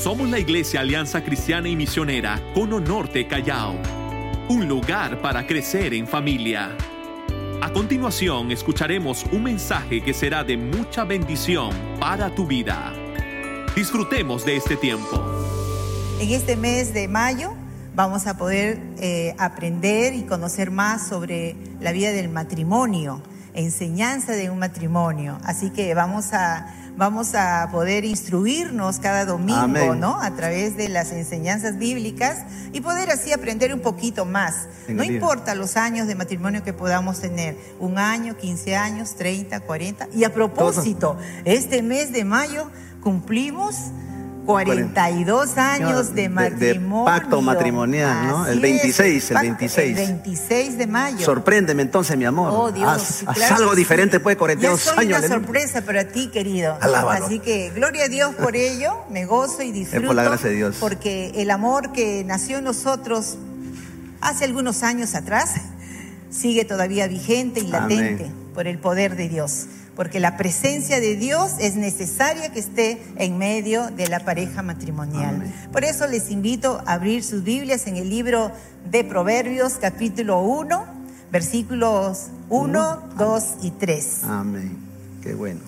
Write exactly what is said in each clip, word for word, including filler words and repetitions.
Somos la Iglesia Alianza Cristiana y Misionera Cono Norte Callao, un lugar para crecer en familia. A continuación escucharemos un mensaje que será de mucha bendición para tu vida. Disfrutemos de este tiempo. En este mes de mayo vamos a poder eh, aprender y conocer más sobre la vida del matrimonio, enseñanza de un matrimonio. Así que vamos a, vamos a poder instruirnos cada domingo, Amén. ¿no? A través de las enseñanzas bíblicas y poder así aprender un poquito más. No importa los años de matrimonio que podamos tener, un año, quince años, treinta, cuarenta. Y a propósito, este mes de mayo cumplimos cuarenta y dos años de matrimonio. De, de pacto matrimonial, ¿no? Así el veintiséis, es, el veintiséis. El veintiséis de mayo. Sorpréndeme entonces, mi amor. Oh, Dios. Haz, Claro haz algo sí. diferente después de cuarenta y dos ya soy años. una sorpresa para ti, querido. Alábalo. Así que gloria a Dios por ello. Me gozo y disfruto. Es por la gracia de Dios. Porque el amor que nació en nosotros hace algunos años atrás sigue todavía vigente y latente. Amén. Por el poder de Dios. Porque la presencia de Dios es necesaria que esté en medio de la pareja matrimonial. Amén. Por eso les invito a abrir sus Biblias en el libro de Proverbios, capítulo uno, versículos uno, dos y tres. Amén. Qué bueno.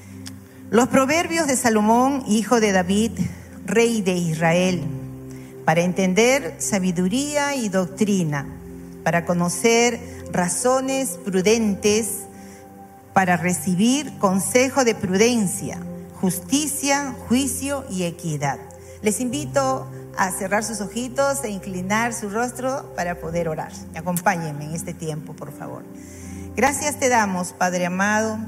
Los proverbios de Salomón, hijo de David, rey de Israel, para entender sabiduría y doctrina, para conocer razones prudentes, para recibir consejo de prudencia, justicia, juicio y equidad. Les invito a cerrar sus ojitos e inclinar su rostro para poder orar. Acompáñenme en este tiempo, por favor. Gracias te damos, Padre amado,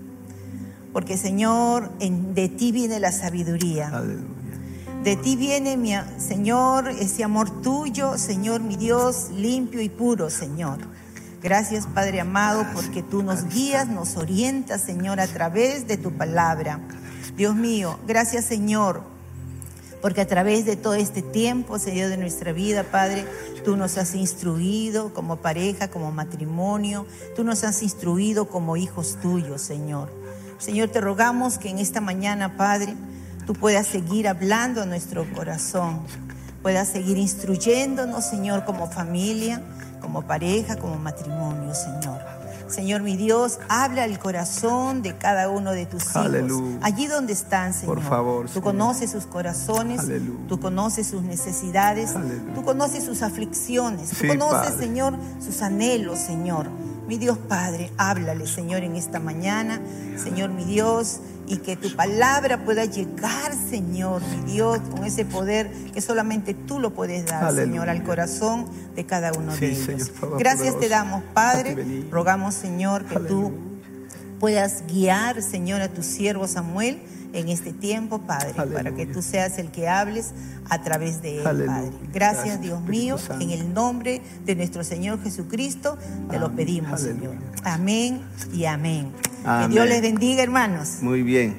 porque, Señor, en, de ti viene la sabiduría. Aleluya. De ti viene, mi Señor, ese amor tuyo, Señor, mi Dios, limpio y puro, Señor. Gracias, Padre amado, porque tú nos guías, nos orientas, Señor, a través de tu palabra. Dios mío, gracias, Señor, porque a través de todo este tiempo, Señor, de nuestra vida, Padre, tú nos has instruido como pareja, como matrimonio. Tú nos has instruido como hijos tuyos, Señor. Señor, te rogamos que en esta mañana, Padre, tú puedas seguir hablando a nuestro corazón. Puedas seguir instruyéndonos, Señor, como familia, como pareja, como matrimonio, Señor. Señor, mi Dios, habla al corazón de cada uno de tus hijos. Aleluya. Allí donde están, Señor. Por favor, tú Señor. conoces sus corazones. Aleluya. Tú conoces sus necesidades. Aleluya. Tú conoces sus aflicciones. Sí, tú conoces, Padre. Señor, sus anhelos, Señor. Mi Dios Padre, háblale, Señor, en esta mañana. Señor, mi Dios, y que tu palabra pueda llegar, Señor, mi Dios, con ese poder que solamente tú lo puedes dar, Aleluya. Señor, al corazón de cada uno sí, de ellos. Señor, favor, Gracias te damos, Padre. Rogamos, Señor, que Aleluya. Tú puedas guiar, Señor, a tu siervo Samuel en este tiempo, Padre, Aleluya. Para que tú seas el que hables a través de él, Aleluya. Padre. Gracias, Gracias, Dios mío, en el nombre de nuestro Señor Jesucristo, te amén. Lo pedimos, Aleluya. Señor. Amén y amén. Amén. Que Dios les bendiga, hermanos. Muy bien.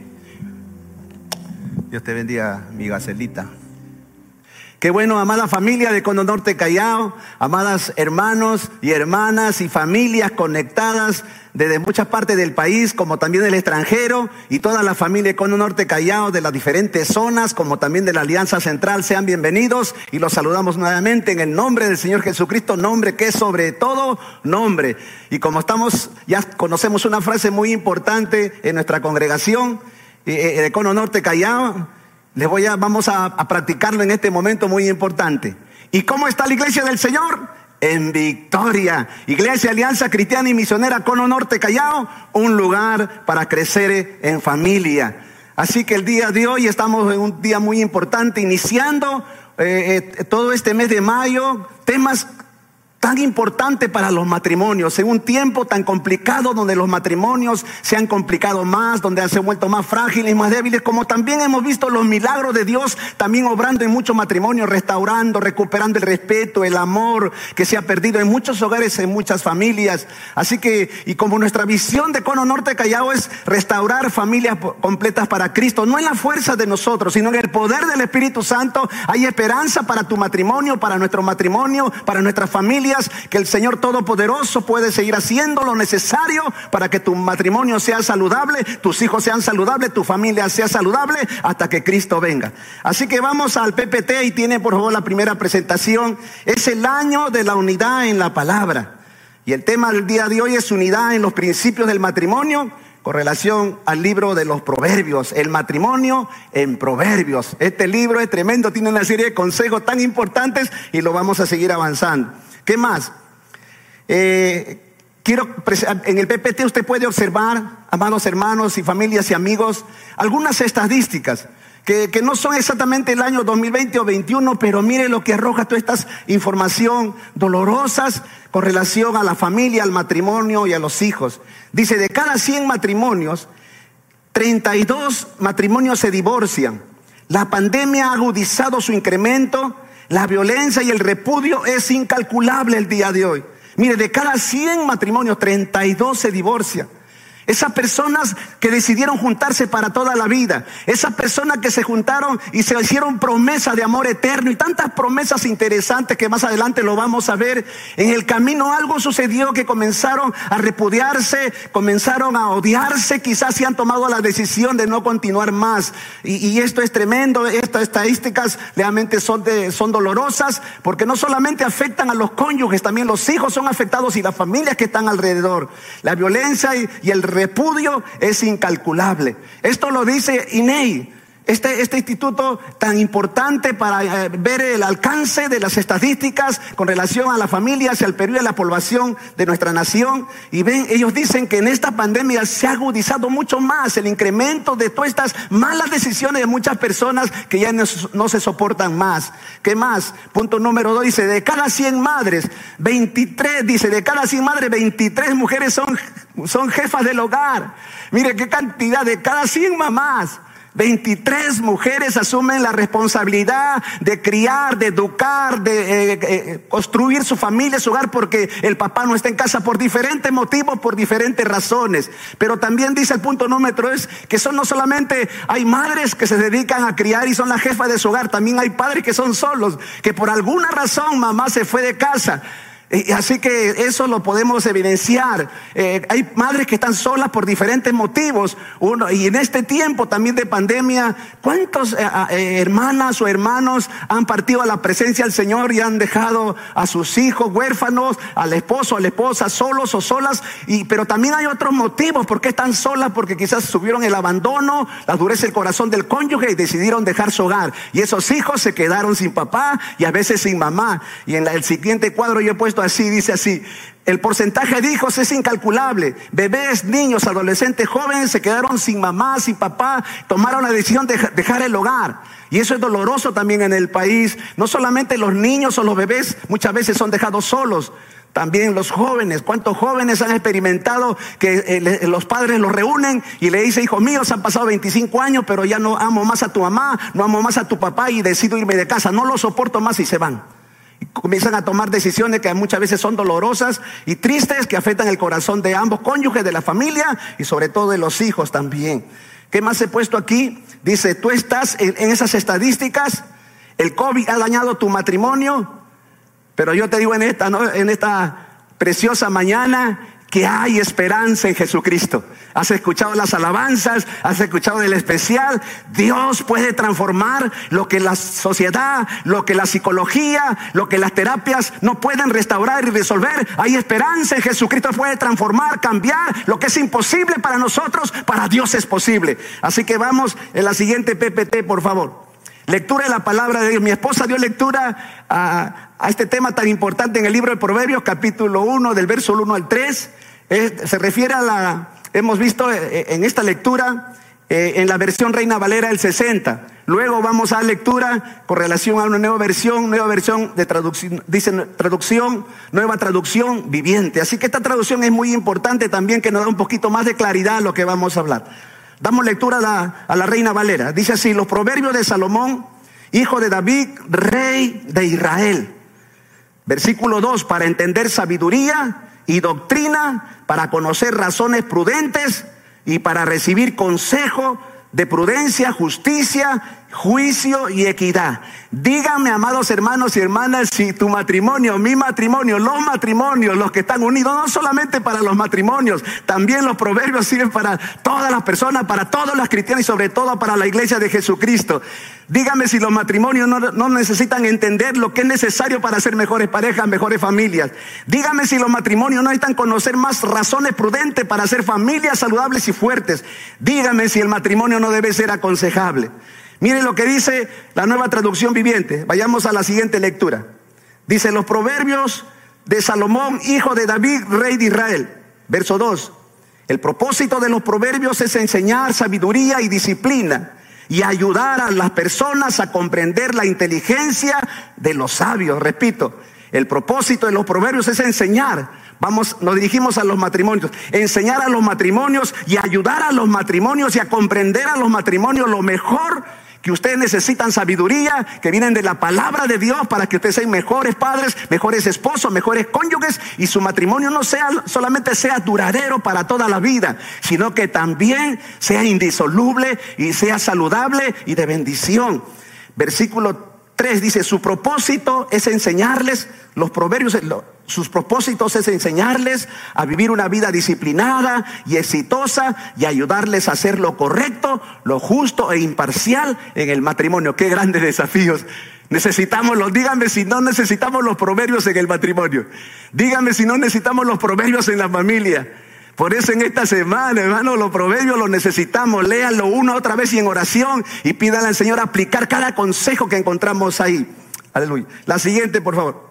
Dios te bendiga, mi Gacelita. Qué bueno, amada familia de Cono Norte Callao, amadas hermanos y hermanas y familias conectadas desde muchas partes del país, como también del extranjero, y toda la familia de Cono Norte Callao de las diferentes zonas, como también de la Alianza Central, sean bienvenidos y los saludamos nuevamente en el nombre del Señor Jesucristo, nombre que es sobre todo nombre. Y como estamos, ya conocemos una frase muy importante en nuestra congregación eh, de Cono Norte Callao. Les voy a, vamos a, a practicarlo en este momento muy importante. ¿Y cómo está la iglesia del Señor? En victoria. Iglesia Alianza Cristiana y Misionera Cono Norte Callao, un lugar para crecer en familia. Así que el día de hoy estamos en un día muy importante, iniciando eh, eh, todo este mes de mayo, temas tan importante para los matrimonios, en un tiempo tan complicado donde los matrimonios se han complicado más, donde se han vuelto más frágiles, más débiles, como también hemos visto los milagros de Dios también obrando en muchos matrimonios, restaurando, recuperando el respeto, el amor que se ha perdido en muchos hogares, en muchas familias. Así que, y como nuestra visión de Cono Norte Callao es restaurar familias completas para Cristo, no en la fuerza de nosotros, sino en el poder del Espíritu Santo, hay esperanza para tu matrimonio, para nuestro matrimonio, para nuestra familia. confías que el Señor Todopoderoso puede seguir haciendo lo necesario para que tu matrimonio sea saludable, tus hijos sean saludables, tu familia sea saludable hasta que Cristo venga. Así que vamos al P P T y tiene por favor la primera presentación. Es el año de la unidad en la palabra. Y el tema del día de hoy es unidad en los principios del matrimonio, con relación al libro de los Proverbios, el matrimonio en Proverbios. Este libro es tremendo, tiene una serie de consejos tan importantes y lo vamos a seguir avanzando. ¿Qué más? Eh, quiero, en el P P T usted puede observar, amados hermanos y familias y amigos, algunas estadísticas que, que no son exactamente el año dos mil veinte o veintiuno, pero mire lo que arroja toda esta información dolorosas con relación a la familia, al matrimonio y a los hijos. Dice, de cada cien matrimonios, treinta y dos matrimonios se divorcian. La pandemia ha agudizado su incremento, la violencia y el repudio es incalculable el día de hoy. Mire, de cada cien matrimonios, treinta y dos se divorcian. Esas personas que decidieron juntarse para toda la vida, esas personas que se juntaron y se hicieron promesas de amor eterno y tantas promesas interesantes que más adelante lo vamos a ver. En el camino algo sucedió que comenzaron a repudiarse, comenzaron a odiarse, quizás se han tomado la decisión de no continuar más. Y, y esto es tremendo, estas estadísticas realmente son, de, son dolorosas porque no solamente afectan a los cónyuges, también los hijos son afectados y las familias que están alrededor. La violencia y, y el repudio es incalculable. Esto lo dice I N E I, este, este instituto tan importante para eh, ver el alcance de las estadísticas con relación a las familias y al periodo de la población de nuestra nación. Y ven, ellos dicen que en esta pandemia se ha agudizado mucho más el incremento de todas estas malas decisiones de muchas personas que ya no, no se soportan más. ¿Qué más? Punto número dos dice, de cada cien madres, veintitrés, dice, de cada cien madres, veintitrés mujeres son, son jefas del hogar. Mire qué cantidad, de cada cien mamás, veintitrés mujeres asumen la responsabilidad de criar, de educar, de eh, eh, construir su familia, su hogar, porque el papá no está en casa por diferentes motivos, por diferentes razones. Pero también dice el punto número tres que son no solamente hay madres que se dedican a criar y son la jefa de su hogar, también hay padres que son solos, que por alguna razón mamá se fue de casa. Así que eso lo podemos evidenciar. Eh, hay madres que están solas por diferentes motivos. Uno, y en este tiempo también de pandemia, ¿cuántos eh, eh, hermanas o hermanos han partido a la presencia del Señor y han dejado a sus hijos huérfanos, al esposo, a la esposa, solos o solas? Y, pero también hay otros motivos por qué están solas, porque quizás subieron el abandono, la dureza del corazón del cónyuge y decidieron dejar su hogar. Y esos hijos se quedaron sin papá y a veces sin mamá. Y en la, el siguiente cuadro yo he puesto así, dice así, el porcentaje de hijos es incalculable. Bebés, niños, adolescentes, jóvenes se quedaron sin mamá, sin papá, tomaron la decisión de dejar el hogar. Y eso es doloroso también en el país. No solamente los niños o los bebés muchas veces son dejados solos, también los jóvenes. ¿Cuántos jóvenes han experimentado que eh, los padres los reúnen y le dicen, hijo mío, se han pasado veinticinco años, pero ya no amo más a tu mamá, no amo más a tu papá y decido irme de casa, no lo soporto más, y se van? Comienzan a tomar decisiones que muchas veces son dolorosas y tristes, que afectan el corazón de ambos cónyuges, de la familia y sobre todo de los hijos también. ¿Qué más he puesto aquí? Dice, tú estás en, en esas estadísticas, el COVID ha dañado tu matrimonio, pero yo te digo en esta, ¿no? en esta preciosa mañana que hay esperanza en Jesucristo. Has escuchado las alabanzas, has escuchado el especial. Dios puede transformar lo que la sociedad, lo que la psicología, lo que las terapias no pueden restaurar y resolver. Hay esperanza en Jesucristo, puede transformar, cambiar lo que es imposible para nosotros, para Dios es posible. Así que vamos en la siguiente P P T, por favor. Lectura de la palabra de Dios. Mi esposa dio lectura a, a este tema tan importante en el libro de Proverbios, capítulo uno, del verso uno al tres. Eh, se refiere a la, hemos visto eh, en esta lectura, eh, en la versión Reina Valera del sesenta. Luego vamos a la lectura con relación a una nueva versión, nueva versión de traducción, dice traducción, nueva traducción viviente. Así que esta traducción es muy importante también, que nos da un poquito más de claridad a lo que vamos a hablar. Damos lectura a la, a la Reina Valera. Dice así: los proverbios de Salomón, hijo de David, rey de Israel. Versículo dos, para entender sabiduría y doctrina, para conocer razones prudentes y para recibir consejo de prudencia, justicia, juicio y equidad. Díganme, amados hermanos y hermanas, si tu matrimonio, mi matrimonio, los matrimonios, los que están unidos, no solamente para los matrimonios, también los proverbios sirven para todas las personas, para todas las cristianas y sobre todo para la iglesia de Jesucristo. Díganme si los matrimonios no, no necesitan entender lo que es necesario para ser mejores parejas, mejores familias. Díganme si los matrimonios no necesitan conocer más razones prudentes para ser familias saludables y fuertes. Díganme si el matrimonio no debe ser aconsejable. Miren lo que dice la Nueva Traducción Viviente. Vayamos a la siguiente lectura. Dice: los proverbios de Salomón, hijo de David, rey de Israel. Verso dos. El propósito de los proverbios es enseñar sabiduría y disciplina y ayudar a las personas a comprender la inteligencia de los sabios. Repito, el propósito de los proverbios es enseñar. Vamos, nos dirigimos a los matrimonios. Enseñar a los matrimonios y ayudar a los matrimonios y a comprender a los matrimonios lo mejor que ustedes necesitan, sabiduría que vienen de la palabra de Dios para que ustedes sean mejores padres, mejores esposos, mejores cónyuges, y su matrimonio no sea solamente sea duradero para toda la vida, sino que también sea indisoluble y sea saludable y de bendición. Versículo tres dice: su propósito es enseñarles, los proverbios, sus propósitos es enseñarles a vivir una vida disciplinada y exitosa y ayudarles a hacer lo correcto, lo justo e imparcial en el matrimonio. Qué grandes desafíos. Necesitamos los, díganme si no necesitamos los proverbios en el matrimonio. Díganme si no necesitamos los proverbios en la familia. Por eso en esta semana, hermano, los proverbios los necesitamos. Léanlo una otra vez y en oración y pídanle al Señor aplicar cada consejo que encontramos ahí. Aleluya. La siguiente, por favor.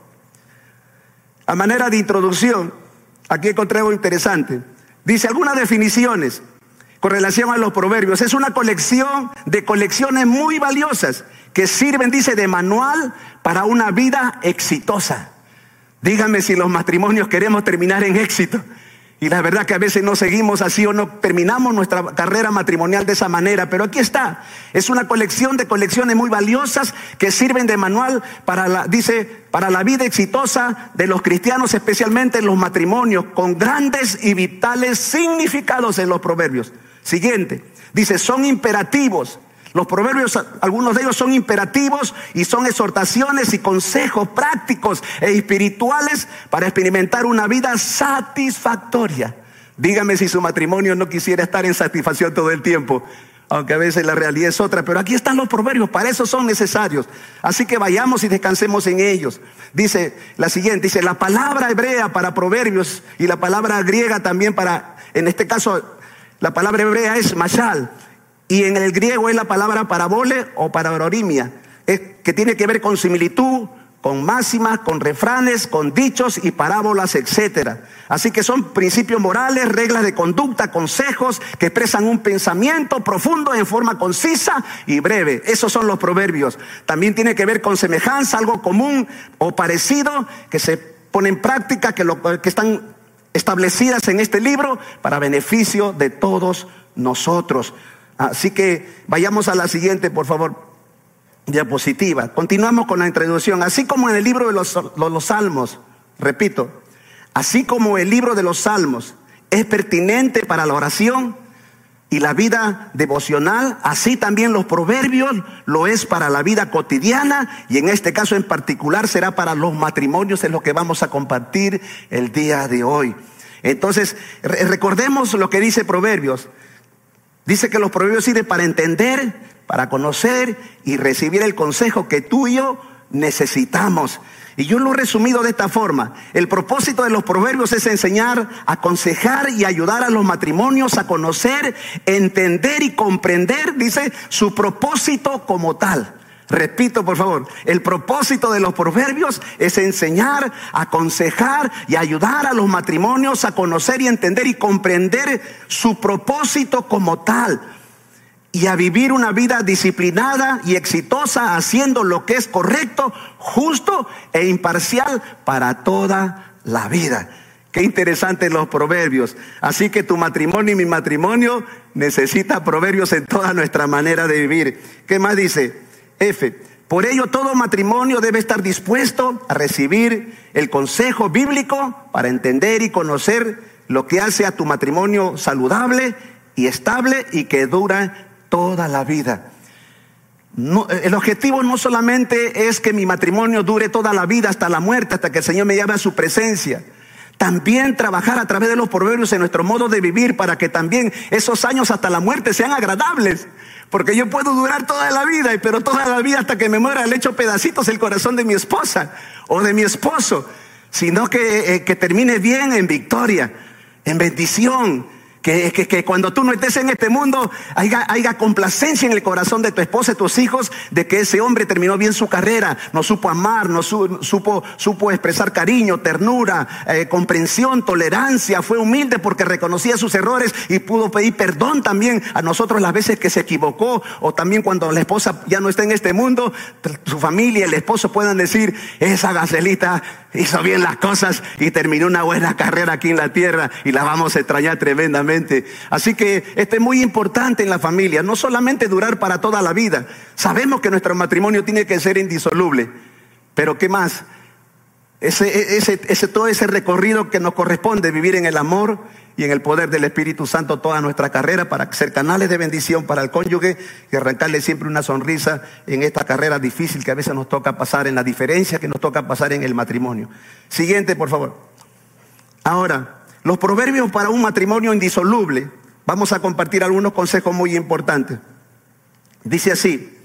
A manera de introducción, aquí encontré algo interesante. Dice algunas definiciones con relación a los proverbios. Es una colección de colecciones muy valiosas que sirven, dice, de manual para una vida exitosa. Díganme si los matrimonios queremos terminar en éxito. Y la verdad que a veces no seguimos así o no terminamos nuestra carrera matrimonial de esa manera. Pero aquí está. Es una colección de colecciones muy valiosas que sirven de manual para la, dice, para la vida exitosa de los cristianos, especialmente en los matrimonios, con grandes y vitales significados en los proverbios. Siguiente. Dice, son imperativos. Los proverbios, algunos de ellos son imperativos y son exhortaciones y consejos prácticos e espirituales para experimentar una vida satisfactoria. Dígame si su matrimonio no quisiera estar en satisfacción todo el tiempo, aunque a veces la realidad es otra, pero aquí están los proverbios, para eso son necesarios. Así que vayamos y descansemos en ellos. Dice la siguiente, dice la palabra hebrea para proverbios y la palabra griega también para, en este caso, la palabra hebrea es mashal. Y en el griego es la palabra parabole o paraborimia, que tiene que ver con similitud, con máximas, con refranes, con dichos y parábolas, etcétera. Así que son principios morales, reglas de conducta, consejos que expresan un pensamiento profundo en forma concisa y breve. Esos son los proverbios. También tiene que ver con semejanza, algo común o parecido que se pone en práctica, que, lo, que están establecidas en este libro para beneficio de todos nosotros. Así que vayamos a la siguiente, por favor, diapositiva. Continuamos con la introducción. Así como en el libro de los, los, los Salmos, repito, así como el libro de los Salmos es pertinente para la oración y la vida devocional, así también los proverbios lo es para la vida cotidiana y en este caso en particular será para los matrimonios, es lo que vamos a compartir el día de hoy. Entonces, re- recordemos lo que dice Proverbios. Dice que los proverbios sirven para entender, para conocer y recibir el consejo que tú y yo necesitamos. Y yo lo he resumido de esta forma. El propósito de los proverbios es enseñar, aconsejar y ayudar a los matrimonios a conocer, entender y comprender, dice, su propósito como tal. Repito, por favor, el propósito de los proverbios es enseñar, aconsejar y ayudar a los matrimonios a conocer y entender y comprender su propósito como tal y a vivir una vida disciplinada y exitosa haciendo lo que es correcto, justo e imparcial para toda la vida. Qué interesantes los proverbios. Así que tu matrimonio y mi matrimonio necesita proverbios en toda nuestra manera de vivir. ¿Qué más dice? F. Por ello, todo matrimonio debe estar dispuesto a recibir el consejo bíblico para entender y conocer lo que hace a tu matrimonio saludable y estable y que dura toda la vida. No, el objetivo no solamente es que mi matrimonio dure toda la vida hasta la muerte, hasta que el Señor me llame a su presencia. También trabajar a través de los proverbios en nuestro modo de vivir para que también esos años hasta la muerte sean agradables. Porque yo puedo durar toda la vida, pero toda la vida hasta que me muera le echo pedacitos el corazón de mi esposa o de mi esposo. Sino que, eh, que termine bien en victoria, en bendición. Que, que, que cuando tú no estés en este mundo haya, haya complacencia en el corazón de tu esposa y tus hijos de que ese hombre terminó bien su carrera, no supo amar, no su, supo, supo expresar cariño, ternura, eh, comprensión, tolerancia, fue humilde porque reconocía sus errores y pudo pedir perdón también a nosotros las veces que se equivocó, o también cuando la esposa ya no está en este mundo, su familia, el esposo puedan decir, esa Gacelita hizo bien las cosas y terminó una buena carrera aquí en la tierra y la vamos a extrañar tremendamente. Así que esto es muy importante en la familia, no solamente durar para toda la vida. Sabemos que nuestro matrimonio tiene que ser indisoluble, pero ¿qué más? Ese, ese, ese, todo ese recorrido que nos corresponde vivir en el amor y en el poder del Espíritu Santo toda nuestra carrera para ser canales de bendición para el cónyuge y arrancarle siempre una sonrisa en esta carrera difícil que a veces nos toca pasar, en la diferencia que nos toca pasar en el matrimonio. Siguiente, por favor. Ahora, los proverbios para un matrimonio indisoluble. Vamos a compartir algunos consejos muy importantes. Dice así,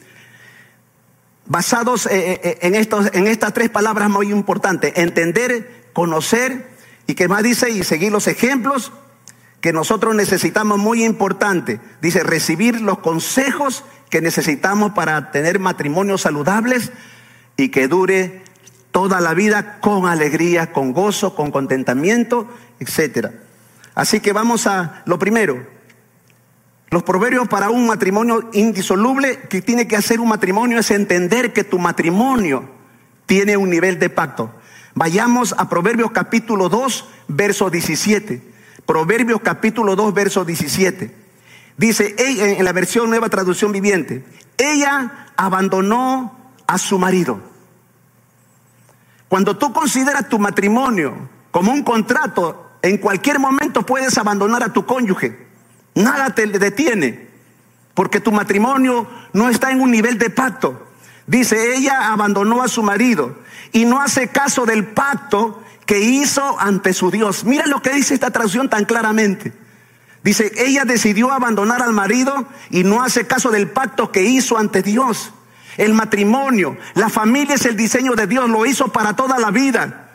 basados en, estos, en estas tres palabras muy importantes: entender, conocer, y que más dice, y seguir los ejemplos que nosotros necesitamos, muy importante. Dice, recibir los consejos que necesitamos para tener matrimonios saludables y que dure toda la vida con alegría, con gozo, con contentamiento, etcétera. Así que vamos a lo primero. Los proverbios para un matrimonio indisoluble, que tiene que hacer un matrimonio, es entender que tu matrimonio tiene un nivel de pacto. Vayamos a Proverbios capítulo dos, verso diecisiete. Proverbios capítulo dos, verso diecisiete. Dice, en la versión Nueva Traducción Viviente, ella abandonó a su marido. Cuando tú consideras tu matrimonio como un contrato, en cualquier momento puedes abandonar a tu cónyuge. Nada te detiene, porque tu matrimonio no está en un nivel de pacto. Dice, ella abandonó a su marido y no hace caso del pacto que hizo ante su Dios. Mira lo que dice esta traducción tan claramente. Dice, ella decidió abandonar al marido y no hace caso del pacto que hizo ante Dios. El matrimonio, la familia es el diseño de Dios, lo hizo para toda la vida.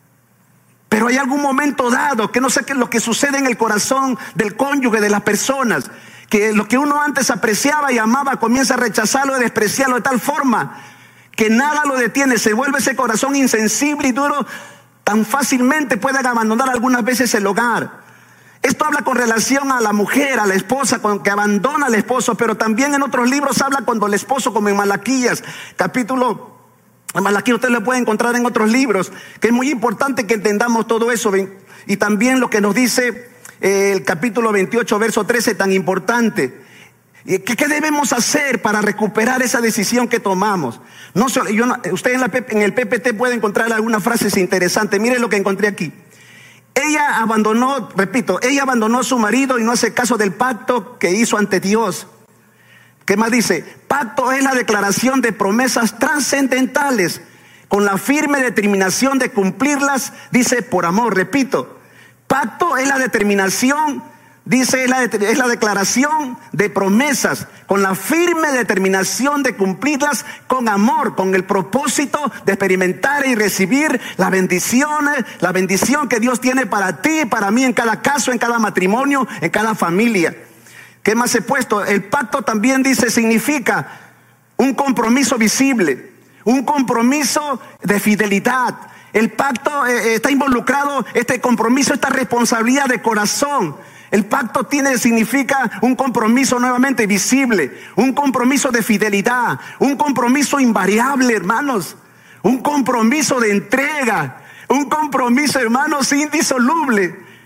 Pero hay algún momento dado, que no sé qué es lo que sucede en el corazón del cónyuge, de las personas, que lo que uno antes apreciaba y amaba comienza a rechazarlo y despreciarlo de tal forma que nada lo detiene. Se vuelve ese corazón insensible y duro, tan fácilmente pueden abandonar algunas veces el hogar. Esto habla con relación a la mujer, a la esposa, que abandona al esposo, pero también en otros libros habla cuando el esposo, como en Malaquías, capítulo, en Malaquías usted lo puede encontrar en otros libros, que es muy importante que entendamos todo eso. Y también lo que nos dice eh, el capítulo veintiocho, verso trece, tan importante. ¿Qué, qué debemos hacer para recuperar esa decisión que tomamos? No solo, yo no, usted en, la, en el P P T puede encontrar algunas frases interesantes. Mire lo que encontré aquí. Ella abandonó, repito, ella abandonó a su marido y no hace caso del pacto que hizo ante Dios. ¿Qué más dice? Pacto es la declaración de promesas trascendentales con la firme determinación de cumplirlas, dice, por amor. Repito, pacto es la determinación, dice, es la, es la declaración de promesas con la firme determinación de cumplirlas con amor, con el propósito de experimentar y recibir las bendiciones, la bendición que Dios tiene para ti y para mí en cada caso, en cada matrimonio, en cada familia. ¿Qué más he puesto? El pacto también dice, significa un compromiso visible, un compromiso de fidelidad. El pacto eh, está involucrado, este compromiso, esta responsabilidad de corazón. El pacto tiene, significa un compromiso nuevamente visible, un compromiso de fidelidad, un compromiso invariable, hermanos, un compromiso de entrega, un compromiso, hermanos, indisoluble.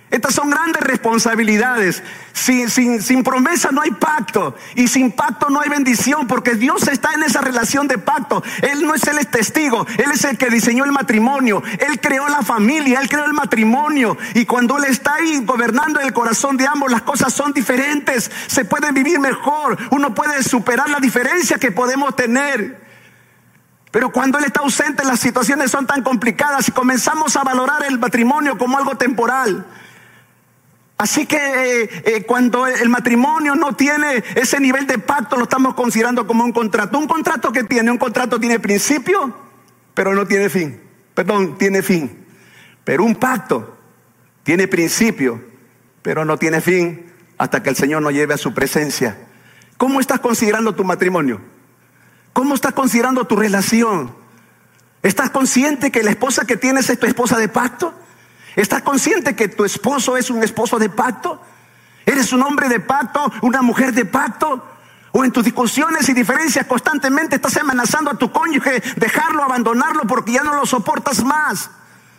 Estas son grandes responsabilidades. Sin, sin, sin promesa no hay pacto, y sin pacto no hay bendición, porque Dios está en esa relación de pacto. Él no es el testigo, Él es el que diseñó el matrimonio. Él creó la familia, Él creó el matrimonio, y cuando Él está ahí gobernando el corazón de ambos, las cosas son diferentes. Se puede vivir mejor, uno puede superar la diferencia que podemos tener. Pero cuando Él está ausente, las situaciones son tan complicadas y comenzamos a valorar el matrimonio como algo temporal. Así que eh, eh, cuando el matrimonio no tiene ese nivel de pacto, lo estamos considerando como un contrato. Un contrato que tiene, un contrato tiene principio, pero no tiene fin. Perdón, tiene fin. Pero un pacto tiene principio, pero no tiene fin hasta que el Señor nos lleve a su presencia. ¿Cómo estás considerando tu matrimonio? ¿Cómo estás considerando tu relación? ¿Estás consciente que la esposa que tienes es tu esposa de pacto? ¿Estás consciente que tu esposo es un esposo de pacto? ¿Eres un hombre de pacto, una mujer de pacto? ¿O en tus discusiones y diferencias constantemente estás amenazando a tu cónyuge, dejarlo, abandonarlo porque ya no lo soportas más?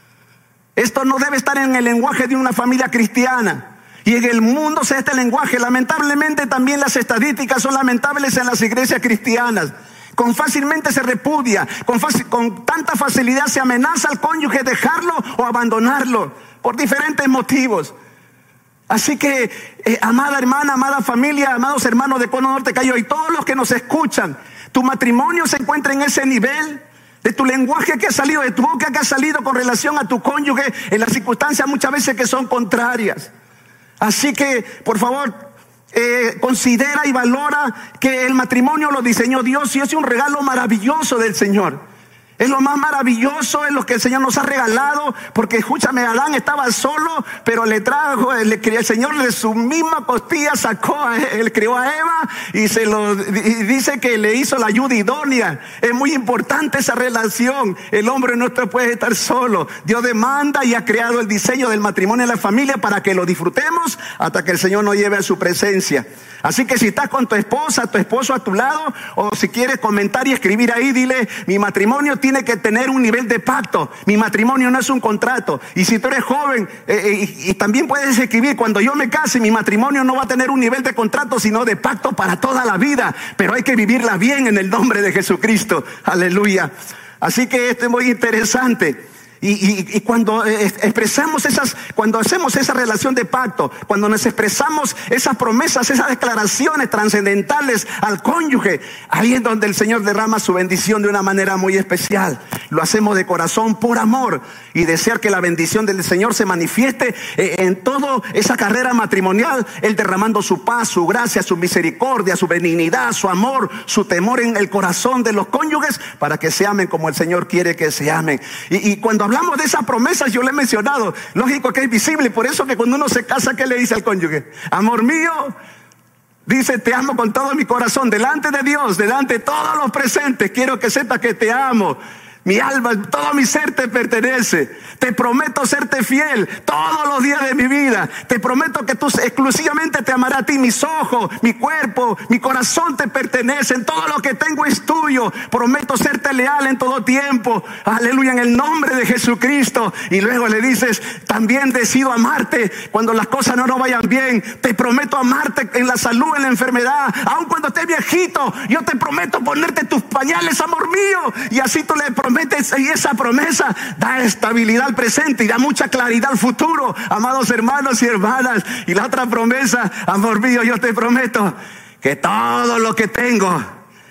Esto no debe estar en el lenguaje de una familia cristiana. Y en el mundo se da este lenguaje. Lamentablemente también las estadísticas son lamentables en las iglesias cristianas. Con fácilmente se repudia, con, fácil, con tanta facilidad se amenaza al cónyuge dejarlo o abandonarlo por diferentes motivos. Así que, eh, amada hermana, amada familia, amados hermanos de Cono Norte Callao y todos los que nos escuchan, tu matrimonio se encuentra en ese nivel de tu lenguaje que ha salido, de tu boca que ha salido con relación a tu cónyuge en las circunstancias muchas veces que son contrarias. Así que, por favor, Eh, considera y valora que el matrimonio lo diseñó Dios y es un regalo maravilloso del Señor. Es lo más maravilloso, es lo que el Señor nos ha regalado, porque escúchame, Adán estaba solo, pero le trajo, el, el Señor de su misma costilla sacó, a, él creó a Eva y se lo y dice que le hizo la ayuda idónea. Es muy importante esa relación. El hombre no puede estar solo. Dios demanda y ha creado el diseño del matrimonio en la familia para que lo disfrutemos hasta que el Señor nos lleve a su presencia. Así que si estás con tu esposa, tu esposo a tu lado, o si quieres comentar y escribir ahí, dile: mi matrimonio tiene que tener un nivel de pacto. Mi matrimonio no es un contrato. Y si tú eres joven, eh, eh, y, y también puedes escribir: cuando yo me case, mi matrimonio no va a tener un nivel de contrato, sino de pacto para toda la vida. Pero hay que vivirla bien en el nombre de Jesucristo. Aleluya. Así que esto es muy interesante. Y, y, y cuando expresamos esas, cuando hacemos esa relación de pacto, cuando nos expresamos esas promesas, esas declaraciones trascendentales al cónyuge, ahí es donde el Señor derrama su bendición de una manera muy especial. Lo hacemos de corazón por amor y desear que la bendición del Señor se manifieste en toda esa carrera matrimonial, Él derramando su paz, su gracia, su misericordia, su benignidad, su amor, su temor en el corazón de los cónyuges para que se amen como el Señor quiere que se amen. Y, y cuando hablamos de esas promesas, yo le he mencionado, lógico que es visible, por eso que cuando uno se casa, ¿qué le dice al cónyuge? Amor mío, dice: te amo con todo mi corazón, delante de Dios, delante de todos los presentes, quiero que sepas que te amo. Mi alma, todo mi ser te pertenece. Te prometo serte fiel todos los días de mi vida. Te prometo que tú exclusivamente te amaré a ti. Mis ojos, mi cuerpo, mi corazón te pertenecen. Todo lo que tengo es tuyo. Prometo serte leal en todo tiempo. Aleluya, en el nombre de Jesucristo. Y luego le dices: también decido amarte cuando las cosas no nos vayan bien. Te prometo amarte en la salud, en la enfermedad. Aun cuando estés viejito, yo te prometo ponerte tus pañales, amor mío. Y así tú le prometes. Y esa promesa da estabilidad al presente y da mucha claridad al futuro, amados hermanos y hermanas. Y la otra promesa: amor mío, yo te prometo que todo lo que tengo,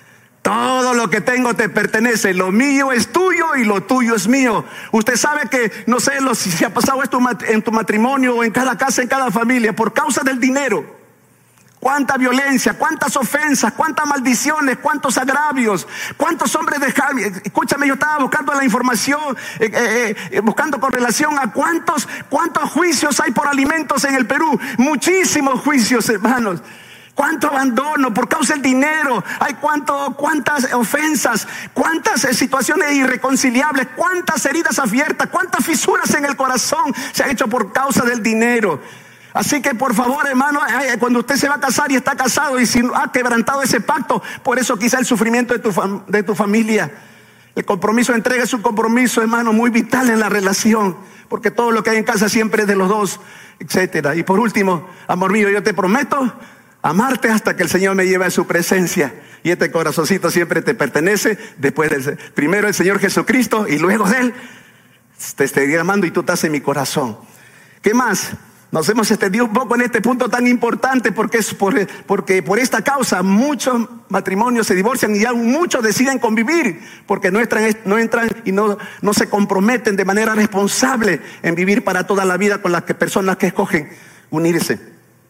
todo lo que tengo te pertenece. Lo mío es tuyo y lo tuyo es mío. Usted sabe que, no sé si ha pasado esto en tu matrimonio o en cada casa, en cada familia, por causa del dinero. Cuánta violencia, cuántas ofensas, cuántas maldiciones, cuántos agravios, cuántos hombres dejaron. Escúchame, yo estaba buscando la información, eh, eh, eh, buscando con relación a cuántos, cuántos juicios hay por alimentos en el Perú. Muchísimos juicios, hermanos. Cuánto abandono por causa del dinero. Hay cuánto, cuántas ofensas, cuántas situaciones irreconciliables, cuántas heridas abiertas, cuántas fisuras en el corazón se han hecho por causa del dinero. Así que por favor, hermano, cuando usted se va a casar y está casado y si ha quebrantado ese pacto, por eso quizá el sufrimiento de tu, fam- de tu familia. El compromiso de entrega es un compromiso, hermano, muy vital en la relación, porque todo lo que hay en casa siempre es de los dos, etcétera. Y por último, amor mío, yo te prometo amarte hasta que el Señor me lleve a su presencia. Y este corazoncito siempre te pertenece. Después del, primero el Señor Jesucristo y luego de Él te estoy amando y tú estás en mi corazón. ¿Qué más? Nos hemos extendido un poco en este punto tan importante porque es por, porque por esta causa muchos matrimonios se divorcian y aún muchos deciden convivir porque no entran, no entran y no, no se comprometen de manera responsable en vivir para toda la vida con las que, personas que escogen unirse.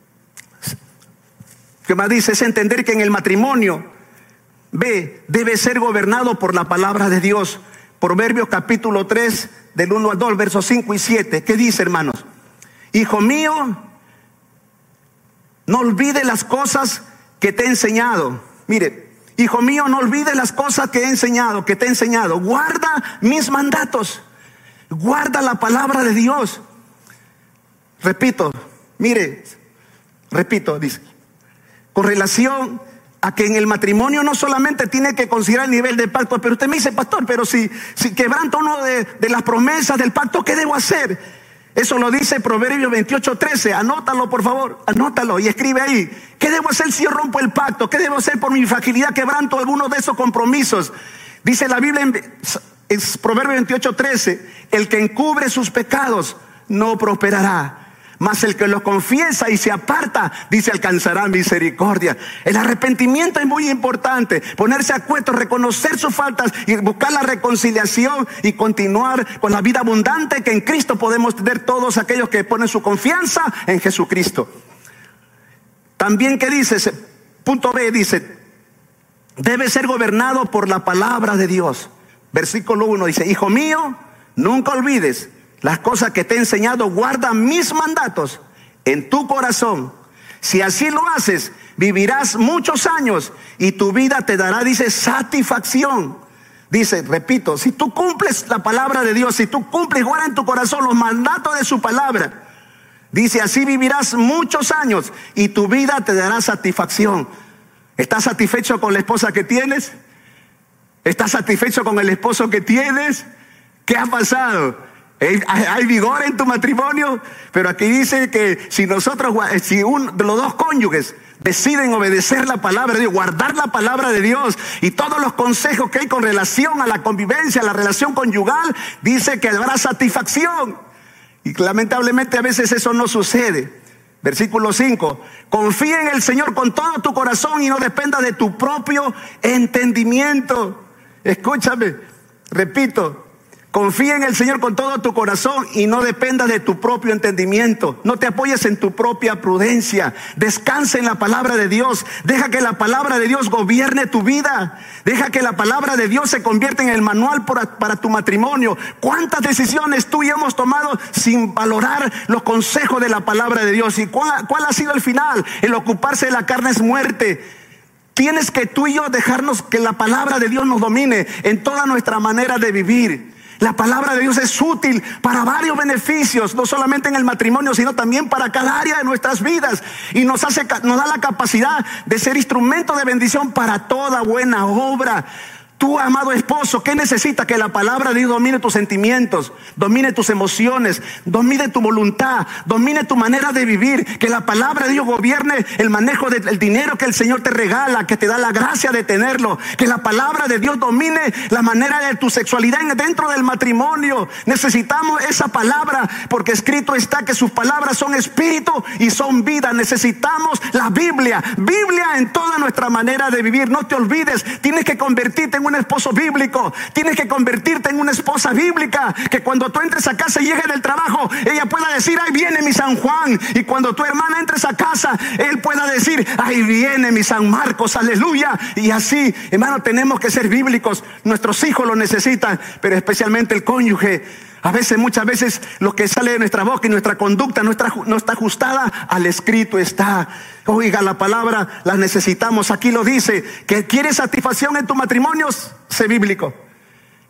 ¿Qué más dice? Es entender que en el matrimonio, ve, debe ser gobernado por la palabra de Dios. Proverbios capítulo tres, del uno al dos, versos cinco y siete. ¿Qué dice, hermanos? Hijo mío, no olvides las cosas que te he enseñado. Mire, hijo mío, no olvides las cosas que he enseñado, que te he enseñado. Guarda mis mandatos. Guarda la palabra de Dios. Repito, mire, repito, dice, con relación a que en el matrimonio no solamente tiene que considerar el nivel de pacto, pero usted me dice, pastor, pero si, si quebranto uno de, de las promesas del pacto, ¿qué debo hacer? Eso lo dice Proverbios veintiocho, trece. Anótalo, por favor, anótalo y escribe ahí. ¿Qué debo hacer si yo rompo el pacto? ¿Qué debo hacer por mi fragilidad? Quebranto alguno de esos compromisos. Dice la Biblia en, en Proverbios veintiocho, trece. El que encubre sus pecados no prosperará, mas el que los confiesa y se aparta, dice, alcanzará misericordia. El arrepentimiento es muy importante. Ponerse a cuento, reconocer sus faltas y buscar la reconciliación y continuar con la vida abundante que en Cristo podemos tener todos aquellos que ponen su confianza en Jesucristo. También, ¿qué dice? Punto B dice, debe ser gobernado por la palabra de Dios. Versículo uno dice, hijo mío, nunca olvides las cosas que te he enseñado, guarda mis mandatos en tu corazón. Si así lo haces, vivirás muchos años y tu vida te dará, dice, satisfacción. Dice, repito, si tú cumples la palabra de Dios, si tú cumples, guarda en tu corazón los mandatos de su palabra, dice, así vivirás muchos años y tu vida te dará satisfacción. ¿Estás satisfecho con la esposa que tienes? ¿Estás satisfecho con el esposo que tienes? ¿Qué ha pasado? Hay vigor en tu matrimonio, pero aquí dice que si nosotros, si uno de los dos cónyuges deciden obedecer la palabra de Dios, guardar la palabra de Dios y todos los consejos que hay con relación a la convivencia, a la relación conyugal, dice que habrá satisfacción. Y lamentablemente a veces eso no sucede. Versículo cinco, confía en el Señor con todo tu corazón y no dependa de tu propio entendimiento. Escúchame, repito, confía en el Señor con todo tu corazón y no dependas de tu propio entendimiento. No te apoyes en tu propia prudencia. Descansa en la palabra de Dios. Deja que la palabra de Dios gobierne tu vida. Deja que la palabra de Dios se convierta en el manual para, para tu matrimonio. ¿Cuántas decisiones tú y yo hemos tomado sin valorar los consejos de la palabra de Dios? ¿Y cuál, cuál ha sido el final? El ocuparse de la carne es muerte. Tienes que tú y yo dejarnos que la palabra de Dios nos domine en toda nuestra manera de vivir. La palabra de Dios es útil para varios beneficios, no solamente en el matrimonio, sino también para cada área de nuestras vidas. Y nos hace, nos da la capacidad de ser instrumento de bendición para toda buena obra. Tú, amado esposo, ¿qué necesitas? Que la palabra de Dios domine tus sentimientos, domine tus emociones, domine tu voluntad, domine tu manera de vivir. Que la palabra de Dios gobierne el manejo del dinero que el Señor te regala, que te da la gracia de tenerlo. Que la palabra de Dios domine la manera de tu sexualidad dentro del matrimonio. Necesitamos esa palabra, porque escrito está que sus palabras son espíritu y son vida. Necesitamos la Biblia, Biblia en toda nuestra manera de vivir. No te olvides, tienes que convertirte en un esposo bíblico, tienes que convertirte en una esposa bíblica, que cuando tú entres a casa y llegues del trabajo, ella pueda decir, ahí viene mi San Juan. Y cuando tu hermana entres a casa, él pueda decir, ahí viene mi San Marcos, aleluya. Y así, hermano, tenemos que ser bíblicos. Nuestros hijos lo necesitan, pero especialmente el cónyuge. A veces, muchas veces, lo que sale de nuestra boca y nuestra conducta no está, no está ajustada al escrito está. Oiga, la palabra la necesitamos. Aquí lo dice, que quieres satisfacción en tu matrimonio, sé bíblico.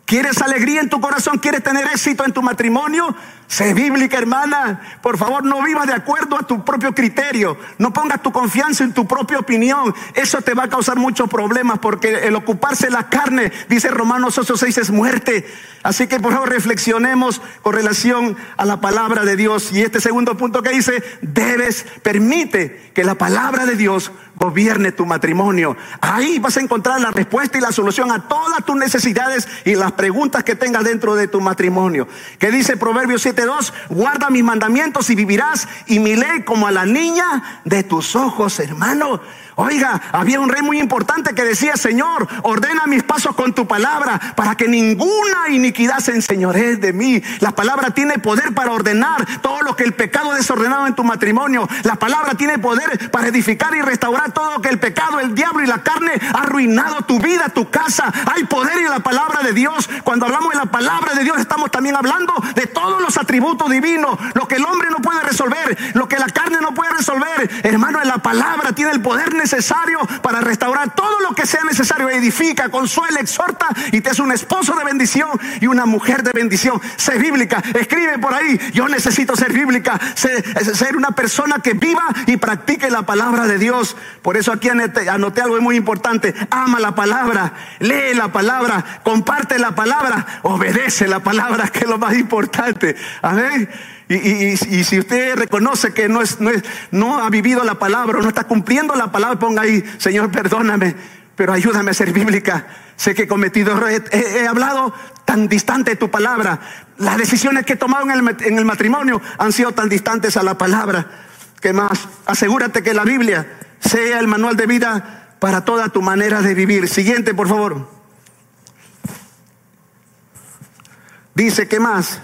¿Quieres alegría en tu corazón? ¿Quieres tener éxito en tu matrimonio? Sé bíblica, hermana. Por favor, no vivas de acuerdo a tu propio criterio. No pongas tu confianza en tu propia opinión. Eso te va a causar muchos problemas, porque el ocuparse la carne, dice Romanos ocho seis, es muerte. Así que por favor reflexionemos con relación a la palabra de Dios. Y este segundo punto que dice, debes, permite que la palabra de Dios gobierne tu matrimonio. Ahí vas a encontrar la respuesta y la solución a todas tus necesidades y las preguntas que tengas dentro de tu matrimonio. Que dice Proverbios siete dos, guarda mis mandamientos y vivirás, y mi ley como a la niña de tus ojos, hermano. Oiga, había un rey muy importante que decía, Señor, ordena mis pasos con tu palabra para que ninguna iniquidad se enseñoree de mí. La palabra tiene poder para ordenar todo lo que el pecado ha desordenado en tu matrimonio. La palabra tiene poder para edificar y restaurar todo lo que el pecado, el diablo y la carne ha arruinado tu vida, tu casa. Hay poder en la palabra de Dios. Cuando hablamos de la palabra de Dios, estamos también hablando de todos los atributos divinos, lo que el hombre no puede resolver, lo que la carne no puede resolver. Hermano, la palabra tiene el poder necesario necesario para restaurar todo lo que sea necesario. Edifica, consuela, exhorta y te es un esposo de bendición y una mujer de bendición. Sé bíblica, escribe por ahí, yo necesito ser bíblica, ser, ser una persona que viva y practique la palabra de Dios. Por eso aquí anoté, anoté algo muy importante: ama la palabra, lee la palabra, comparte la palabra, obedece la palabra, que es lo más importante. Amén. Y, y, y si usted reconoce que no, es, no, es, no ha vivido la palabra, no está cumpliendo la palabra, ponga ahí, Señor, perdóname, pero ayúdame a ser bíblica. Sé que he cometido errores, he, he hablado tan distante de tu palabra. Las decisiones que he tomado en el, en el matrimonio han sido tan distantes a la palabra. ¿Qué más? Asegúrate que la Biblia sea el manual de vida para toda tu manera de vivir. Siguiente, por favor. Dice, ¿qué más?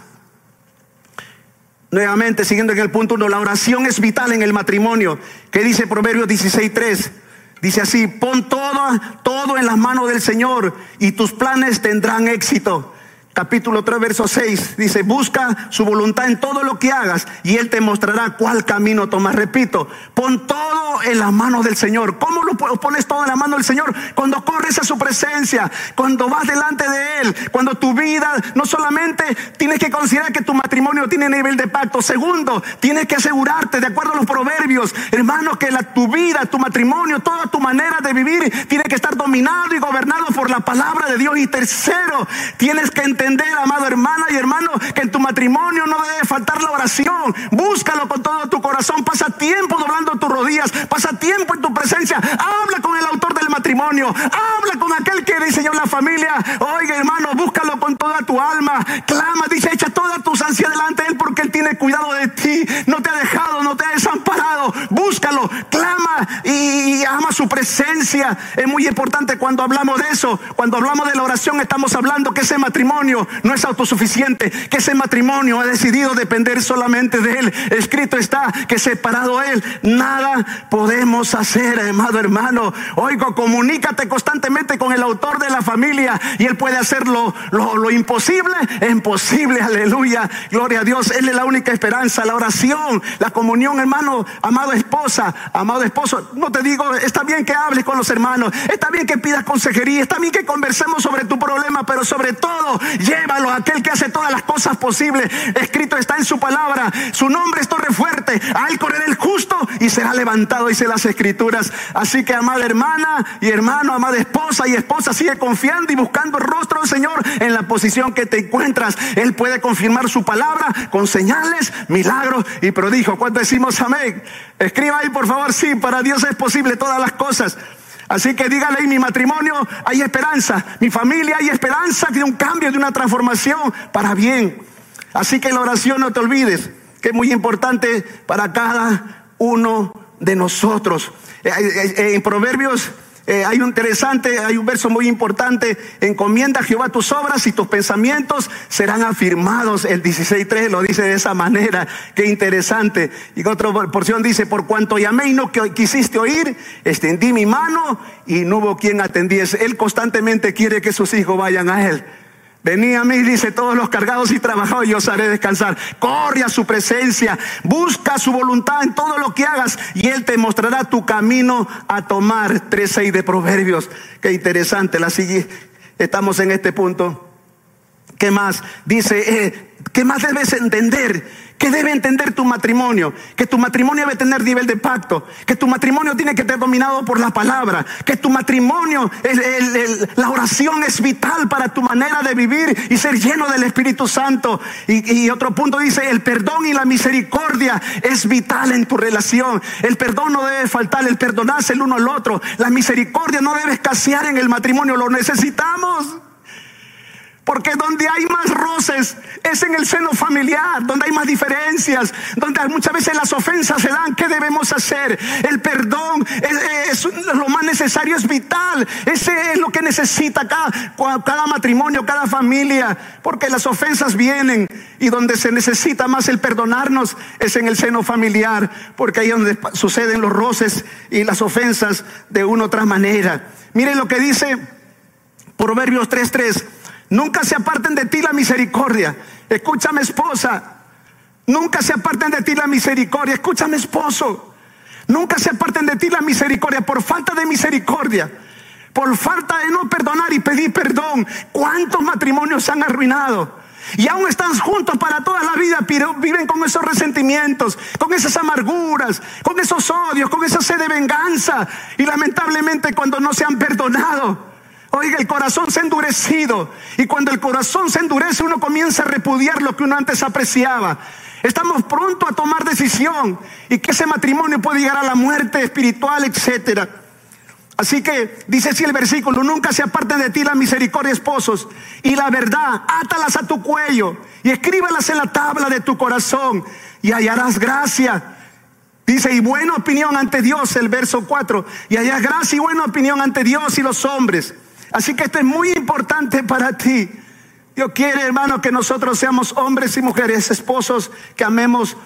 Nuevamente, siguiendo en el punto uno, la oración es vital en el matrimonio. ¿Qué dice Proverbios dieciséis tres? Dice así: pon todo, todo en las manos del Señor y tus planes tendrán éxito. Capítulo tres, verso seis, dice: busca su voluntad en todo lo que hagas y Él te mostrará cuál camino tomar. Repito, pon todo en las manos del Señor. ¿Cómo lo pones todo en las manos del Señor? Cuando corres a su presencia, cuando vas delante de Él, cuando tu vida, no solamente tienes que considerar que tu matrimonio tiene nivel de pacto. Segundo, tienes que asegurarte, de acuerdo a los proverbios, hermano, que la, tu vida, tu matrimonio, toda tu manera de vivir tiene que estar dominado y gobernado por la palabra de Dios. Y tercero, tienes que entender Entender, amado hermana y hermano, que en tu matrimonio no debe faltar la oración. Búscalo con todo tu corazón. Pasa tiempo doblando tus rodillas. Pasa tiempo en tu presencia. Habla con el autor del matrimonio. Habla con aquel que diseñó la familia. Oiga, hermano, búscalo con toda tu alma. Clama, dice, echa todas tus ansias delante de Él, porque Él tiene cuidado de ti. No te ha dejado, no te ha desamparado. Búscalo, clama y, y ama su presencia. Es muy importante cuando hablamos de eso. Cuando hablamos de la oración, estamos hablando que ese matrimonio no es autosuficiente, que ese matrimonio ha decidido depender solamente de Él. Escrito está que separado Él nada podemos hacer, amado hermano. Oigo, comunícate constantemente con el autor de la familia y Él puede hacer lo, lo, lo imposible imposible. Aleluya, gloria a Dios. Él es la única esperanza. La oración, la comunión, hermano, amado esposa, amado esposo, no te digo, está bien que hables con los hermanos, está bien que pidas consejería, está bien que conversemos sobre tu problema, pero sobre todo llévalo a aquel que hace todas las cosas posibles. Escrito está en su palabra: su nombre es torre fuerte, a él correrá el justo y será levantado, dice las escrituras. Así que, amada hermana y hermano, amada esposa y esposa, sigue confiando y buscando el rostro del Señor en la posición que te encuentras. Él puede confirmar su palabra con señales, milagros y prodigios. ¿Cuánto decimos amén? Escriba ahí, por favor. Sí, para Dios es posible todas las cosas. Así que dígale: en mi matrimonio hay esperanza, mi familia hay esperanza de un cambio, de una transformación para bien. Así que la oración, no te olvides que es muy importante para cada uno de nosotros. En Proverbios Eh, hay un interesante, hay un verso muy importante: encomienda a Jehová tus obras y tus pensamientos serán afirmados. El dieciséis tres lo dice de esa manera. Qué interesante. Y otra porción dice: por cuanto llamé y no quisiste oír, extendí mi mano y no hubo quien atendiese. Él constantemente quiere que sus hijos vayan a Él. Venid a mí, dice, todos los cargados y trabajados, y yo os haré descansar. Corre a su presencia, busca su voluntad en todo lo que hagas y Él te mostrará tu camino a tomar. tres seis de Proverbios. Qué interesante. La sigue. Estamos en este punto. ¿Qué más? Dice, eh, ¿qué más debes entender? ¿Qué debe entender tu matrimonio? Que tu matrimonio debe tener nivel de pacto, que tu matrimonio tiene que estar dominado por la palabra, que tu matrimonio, el, el, el, la oración es vital para tu manera de vivir y ser lleno del Espíritu Santo. Y, y otro punto dice, el perdón y la misericordia es vital en tu relación. El perdón no debe faltar, el perdonarse el uno al otro. La misericordia no debe escasear en el matrimonio, lo necesitamos. Porque donde hay más roces es en el seno familiar, donde hay más diferencias, donde muchas veces las ofensas se dan. ¿Qué debemos hacer? El perdón es, es lo más necesario, es vital. Ese es lo que necesita cada, cada matrimonio, cada familia. Porque las ofensas vienen y donde se necesita más el perdonarnos es en el seno familiar. Porque ahí es donde suceden los roces y las ofensas de una u otra manera. Miren lo que dice Proverbios tres tres. Nunca se aparten de ti la misericordia. Escúchame, esposa. Nunca se aparten de ti la misericordia. Escúchame, esposo. Nunca se aparten de ti la misericordia por falta de misericordia, por falta de no perdonar y pedir perdón. ¿Cuántos matrimonios se han arruinado? Y aún están juntos para toda la vida, pero viven con esos resentimientos, con esas amarguras, con esos odios, con esa sed de venganza. Y lamentablemente cuando no se han perdonado, oiga, el corazón se ha endurecido. Y cuando el corazón se endurece, uno comienza a repudiar lo que uno antes apreciaba. Estamos pronto a tomar decisión y que ese matrimonio puede llegar a la muerte espiritual, etcétera. Así que dice así el versículo: nunca se aparten de ti la misericordia, esposos, y la verdad, átalas a tu cuello y escríbalas en la tabla de tu corazón y hallarás gracia. Dice, y buena opinión ante Dios, el verso cuatro, y hallarás gracia y buena opinión ante Dios y los hombres. Así que esto es muy importante para ti. Dios quiere, hermano, que nosotros seamos hombres y mujeres, esposos, que amemos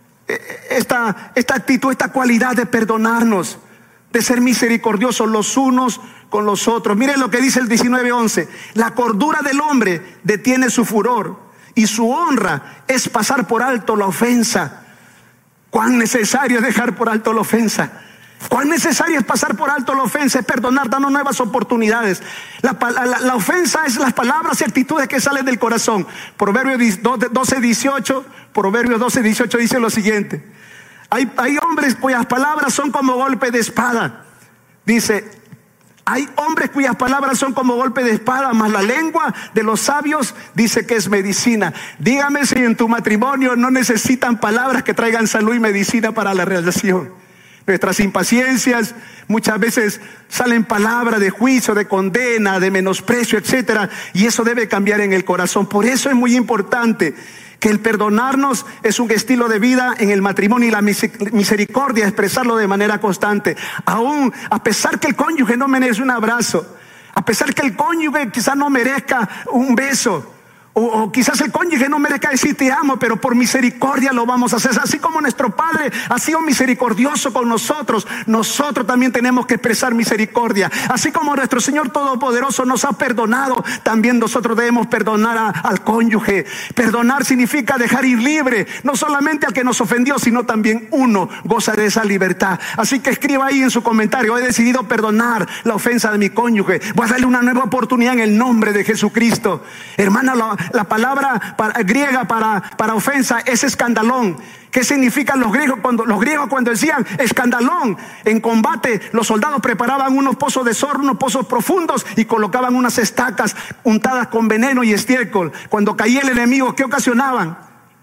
esta, esta actitud, esta cualidad de perdonarnos, de ser misericordiosos los unos con los otros. Miren lo que dice el diecinueve once. La cordura del hombre detiene su furor y su honra es pasar por alto la ofensa. Cuán necesario es dejar por alto la ofensa. Cuán necesario es pasar por alto la ofensa, es perdonar, dando nuevas oportunidades. La, la, la ofensa es las palabras y actitudes que salen del corazón. Proverbios doce dieciocho, Proverbios doce dieciocho dice lo siguiente. Hay, hay hombres cuyas palabras son como golpe de espada. Dice, hay hombres cuyas palabras son como golpe de espada, mas la lengua de los sabios dice que es medicina. Dígame si en tu matrimonio no necesitan palabras que traigan salud y medicina para la relación. Nuestras impaciencias muchas veces salen palabras de juicio, de condena, de menosprecio, etcétera, y eso debe cambiar en el corazón. Por eso es muy importante que el perdonarnos es un estilo de vida en el matrimonio y la misericordia, expresarlo de manera constante. Aún a pesar que el cónyuge no merece un abrazo, a pesar que el cónyuge quizás no merezca un beso, O, o quizás el cónyuge no merezca decir te amo, pero por misericordia lo vamos a hacer. Así como nuestro Padre ha sido misericordioso con nosotros, nosotros también tenemos que expresar misericordia. Así como nuestro Señor Todopoderoso nos ha perdonado, también nosotros debemos perdonar a, al cónyuge. Perdonar significa dejar ir libre, no solamente al que nos ofendió, sino también uno goza de esa libertad. Así que escriba ahí en su comentario: he decidido perdonar la ofensa de mi cónyuge. Voy a darle una nueva oportunidad en el nombre de Jesucristo. Hermana, la La palabra para, griega para, para ofensa es escandalón. ¿Qué significan los griegos cuando, los griegos cuando decían escandalón? En combate los soldados preparaban unos pozos de sorno, unos pozos profundos, y colocaban unas estacas untadas con veneno y estiércol. Cuando caía el enemigo, ¿qué ocasionaban?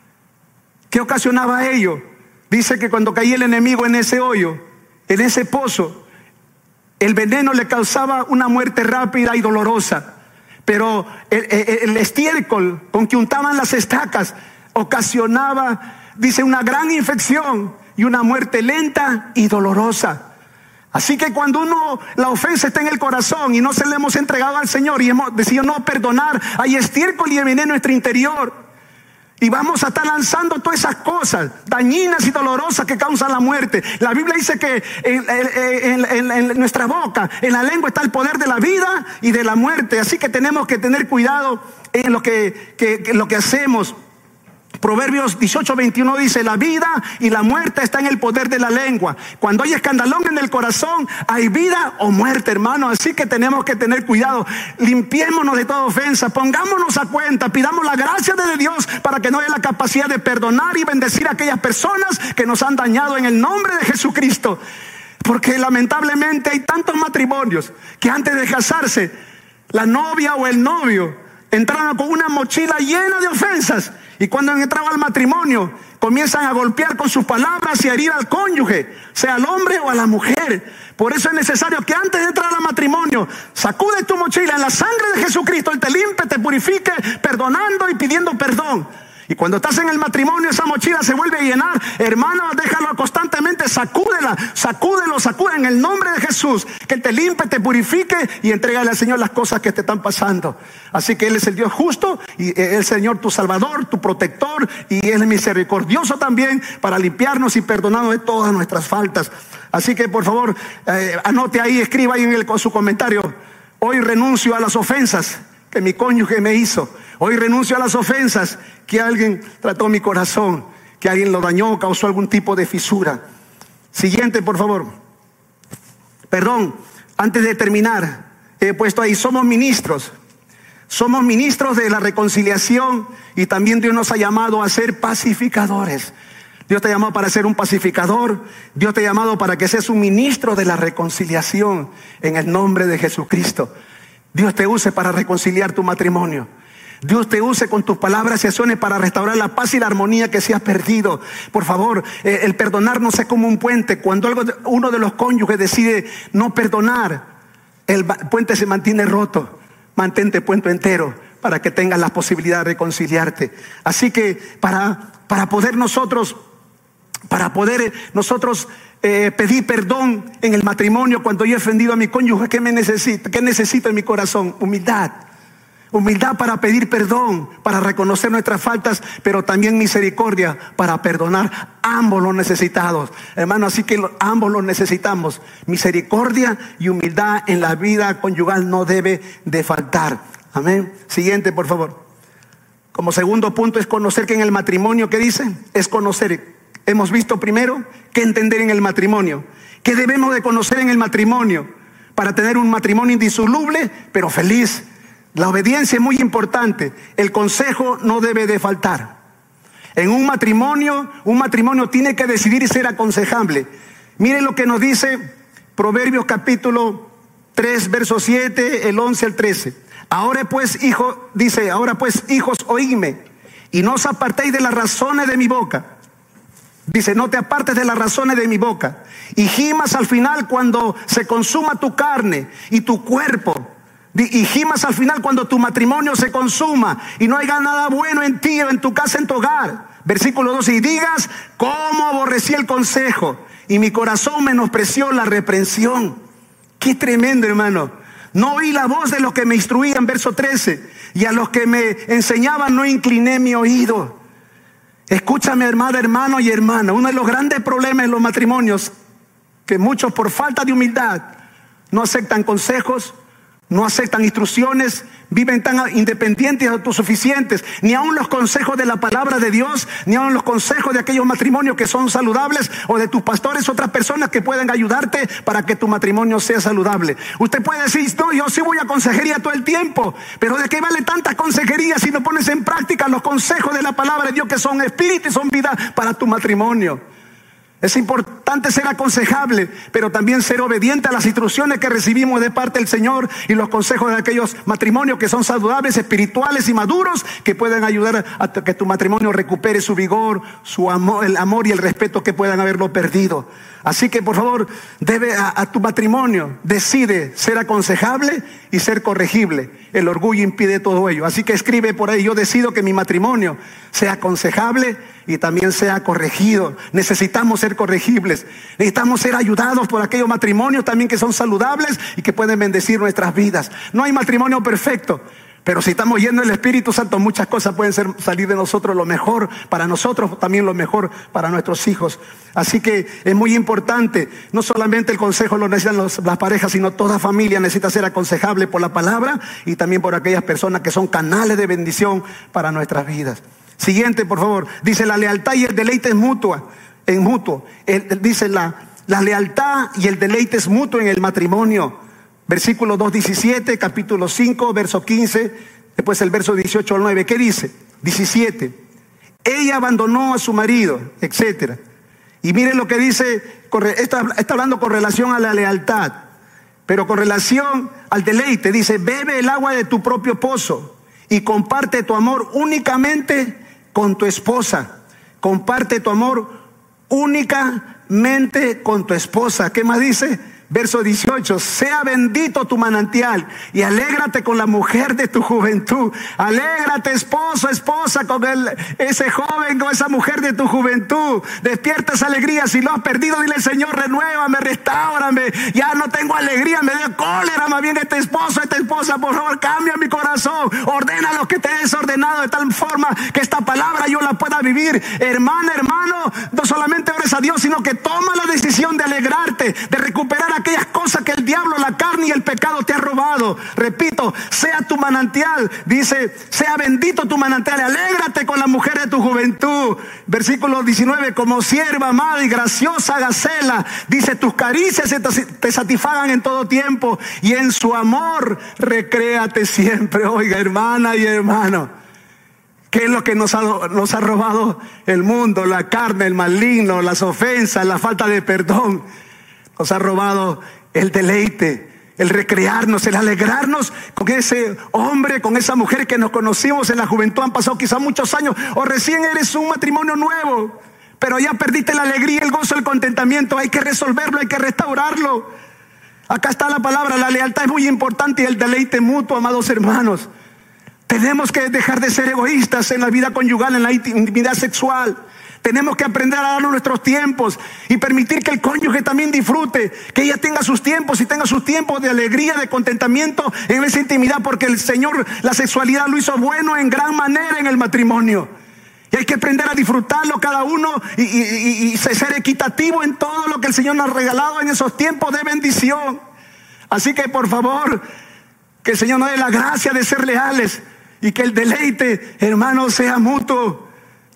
¿Qué ocasionaba ello? Dice que cuando caía el enemigo en ese hoyo, en ese pozo, el veneno le causaba una muerte rápida y dolorosa. Pero el, el, el estiércol con que untaban las estacas ocasionaba, dice, una gran infección y una muerte lenta y dolorosa. Así que cuando uno, la ofensa está en el corazón y no se le hemos entregado al Señor y hemos decidido no perdonar, hay estiércol y veneno en nuestro interior. Y vamos a estar lanzando todas esas cosas dañinas y dolorosas que causan la muerte. La Biblia dice que en, en, en, en nuestra boca, en la lengua, está el poder de la vida y de la muerte. Así que tenemos que tener cuidado en lo que, que, que, lo que hacemos. Proverbios dieciocho veintiuno dice: la vida y la muerte está en el poder de la lengua. Cuando hay escandalón en el corazón, hay vida o muerte, hermano. Así que tenemos que tener cuidado. Limpiémonos de toda ofensa, pongámonos a cuenta, pidamos la gracia de Dios para que nos dé la capacidad de perdonar y bendecir a aquellas personas que nos han dañado en el nombre de Jesucristo. Porque lamentablemente hay tantos matrimonios que antes de casarse, la novia o el novio entraron con una mochila llena de ofensas, y cuando han entrado al matrimonio comienzan a golpear con sus palabras y a herir al cónyuge, sea al hombre o a la mujer. Por eso es necesario que antes de entrar al matrimonio sacude tu mochila en la sangre de Jesucristo. Él te limpie, te purifique, perdonando y pidiendo perdón. Y cuando estás en el matrimonio, esa mochila se vuelve a llenar. Hermano, déjalo constantemente, sacúdela, sacúdelo, sacude en el nombre de Jesús. Que Él te limpie, te purifique y entrégale al Señor las cosas que te están pasando. Así que Él es el Dios justo y el Señor tu Salvador, tu protector, y Él es misericordioso también para limpiarnos y perdonarnos de todas nuestras faltas. Así que por favor, eh, anote ahí, escriba ahí en el, con su comentario: hoy renuncio a las ofensas que mi cónyuge me hizo. Hoy renuncio a las ofensas que alguien trató mi corazón, que alguien lo dañó, causó algún tipo de fisura. Siguiente, por favor. Perdón, antes de terminar, he puesto ahí: somos ministros. Somos ministros de la reconciliación, y también Dios nos ha llamado a ser pacificadores. Dios te ha llamado para ser un pacificador. Dios te ha llamado para que seas un ministro de la reconciliación en el nombre de Jesucristo. Dios te use para reconciliar tu matrimonio. Dios te use con tus palabras y acciones para restaurar la paz y la armonía que se ha perdido. Por favor, eh, el perdonar no sea como un puente. Cuando algo, uno de los cónyuges decide no perdonar, el puente se mantiene roto. Mantente puente entero para que tengas la posibilidad de reconciliarte. Así que para, para poder nosotros, para poder nosotros eh, pedir perdón en el matrimonio cuando yo he ofendido a mi cónyuge, ¿qué me necesito? ¿Qué necesito en mi corazón? Humildad. Humildad para pedir perdón, para reconocer nuestras faltas, pero también misericordia para perdonar. Ambos los necesitados, hermano, así que lo, ambos los necesitamos. Misericordia y humildad en la vida conyugal no debe de faltar. Amén. Siguiente, por favor. Como segundo punto es conocer que en el matrimonio, ¿qué dice? Es conocer. Hemos visto primero qué entender en el matrimonio. ¿Qué debemos de conocer en el matrimonio para tener un matrimonio indisoluble pero feliz? La obediencia es muy importante. El consejo no debe de faltar. En un matrimonio, un matrimonio tiene que decidir y ser aconsejable. Miren lo que nos dice Proverbios capítulo tres, verso siete, el once al trece. Ahora pues, hijo, dice, ahora pues, hijos, oídme, y no os apartéis de las razones de mi boca. Dice, no te apartes de las razones de mi boca. Y gimas al final cuando se consuma tu carne y tu cuerpo. Y gimas al final cuando tu matrimonio se consuma y no haya nada bueno en ti, en tu casa, en tu hogar. Versículo doce, y digas, cómo aborrecí el consejo y mi corazón menospreció la reprensión. Qué tremendo, hermano. No oí la voz de los que me instruían, verso trece, y a los que me enseñaban no incliné mi oído. Escúchame, hermana, hermano y hermana. Uno de los grandes problemas en los matrimonios, que muchos por falta de humildad no aceptan consejos, no aceptan instrucciones, viven tan independientes y autosuficientes. Ni aun los consejos de la palabra de Dios, ni aun los consejos de aquellos matrimonios que son saludables, o de tus pastores, otras personas que pueden ayudarte para que tu matrimonio sea saludable. Usted puede decir, no, yo sí voy a consejería todo el tiempo, pero ¿de qué vale tantas consejerías si no pones en práctica los consejos de la palabra de Dios, que son espíritu y son vida para tu matrimonio? Es importante ser aconsejable, pero también ser obediente a las instrucciones que recibimos de parte del Señor y los consejos de aquellos matrimonios que son saludables, espirituales y maduros, que pueden ayudar a que tu matrimonio recupere su vigor, su amor, el amor y el respeto que puedan haberlo perdido. Así que por favor, debe a, a tu matrimonio, decide ser aconsejable y ser corregible. El orgullo impide todo ello. Así que escribe por ahí, yo decido que mi matrimonio sea aconsejable y también sea corregido. Necesitamos ser corregibles. Necesitamos ser ayudados por aquellos matrimonios también que son saludables y que pueden bendecir nuestras vidas. No hay matrimonio perfecto, pero si estamos yendo el Espíritu Santo, muchas cosas pueden ser, salir de nosotros lo mejor para nosotros, también lo mejor para nuestros hijos. Así que es muy importante, no solamente el consejo lo necesitan los, las parejas, sino toda familia necesita ser aconsejable por la palabra y también por aquellas personas que son canales de bendición para nuestras vidas. Siguiente, por favor. Dice, la lealtad y el deleite es mutua, en mutuo. El, el, dice, la, la lealtad y el deleite es mutuo en el matrimonio. Versículo dos diecisiete, capítulo cinco, verso quince, después el verso dieciocho al nueve. ¿Qué dice? diecisiete. Ella abandonó a su marido, etcétera. Y miren lo que dice, está, está hablando con relación a la lealtad, pero con relación al deleite, dice, bebe el agua de tu propio pozo y comparte tu amor únicamente con tu esposa. Comparte tu amor únicamente con tu esposa. ¿Qué más dice? Verso dieciocho, sea bendito tu manantial y alégrate con la mujer de tu juventud. Alégrate, esposo, esposa, con el, ese joven, con esa mujer de tu juventud. Despierta esa alegría. Si lo has perdido, dile, Señor, renuévame, restáurame. Ya no tengo alegría, me dio cólera más bien este esposo, esta esposa. Por favor, cambia mi corazón. Ordena lo que te he desordenado de tal forma que esta palabra yo la pueda vivir. Hermana, hermano, no solamente ores a Dios, sino que toma la decisión de alegrarte, de recuperar aquellas cosas que el diablo, la carne y el pecado te ha robado. Repito, sea tu manantial, dice, sea bendito tu manantial, alégrate con la mujer de tu juventud. Versículo diecinueve, como sierva amada y graciosa Gacela, dice, tus caricias te satisfagan en todo tiempo y en su amor recréate siempre. Oiga, hermana y hermano, ¿qué es lo que nos ha, nos ha robado el mundo? La carne, el maligno, las ofensas, la falta de perdón. Nos ha robado el deleite, el recrearnos, el alegrarnos con ese hombre, con esa mujer que nos conocimos en la juventud. Han pasado quizás muchos años, o recién eres un matrimonio nuevo, pero ya perdiste la alegría, el gozo, el contentamiento. Hay que resolverlo, hay que restaurarlo. Acá está la palabra, la lealtad es muy importante y el deleite mutuo, amados hermanos. Tenemos que dejar de ser egoístas en la vida conyugal, en la intimidad sexual. Tenemos que aprender a darnos nuestros tiempos y permitir que el cónyuge también disfrute, que ella tenga sus tiempos y tenga sus tiempos de alegría, de contentamiento en esa intimidad, porque el Señor la sexualidad lo hizo bueno en gran manera en el matrimonio. Y hay que aprender a disfrutarlo cada uno y, y, y, y ser equitativo en todo lo que el Señor nos ha regalado en esos tiempos de bendición. Así que por favor, que el Señor nos dé la gracia de ser leales y que el deleite, hermano, sea mutuo.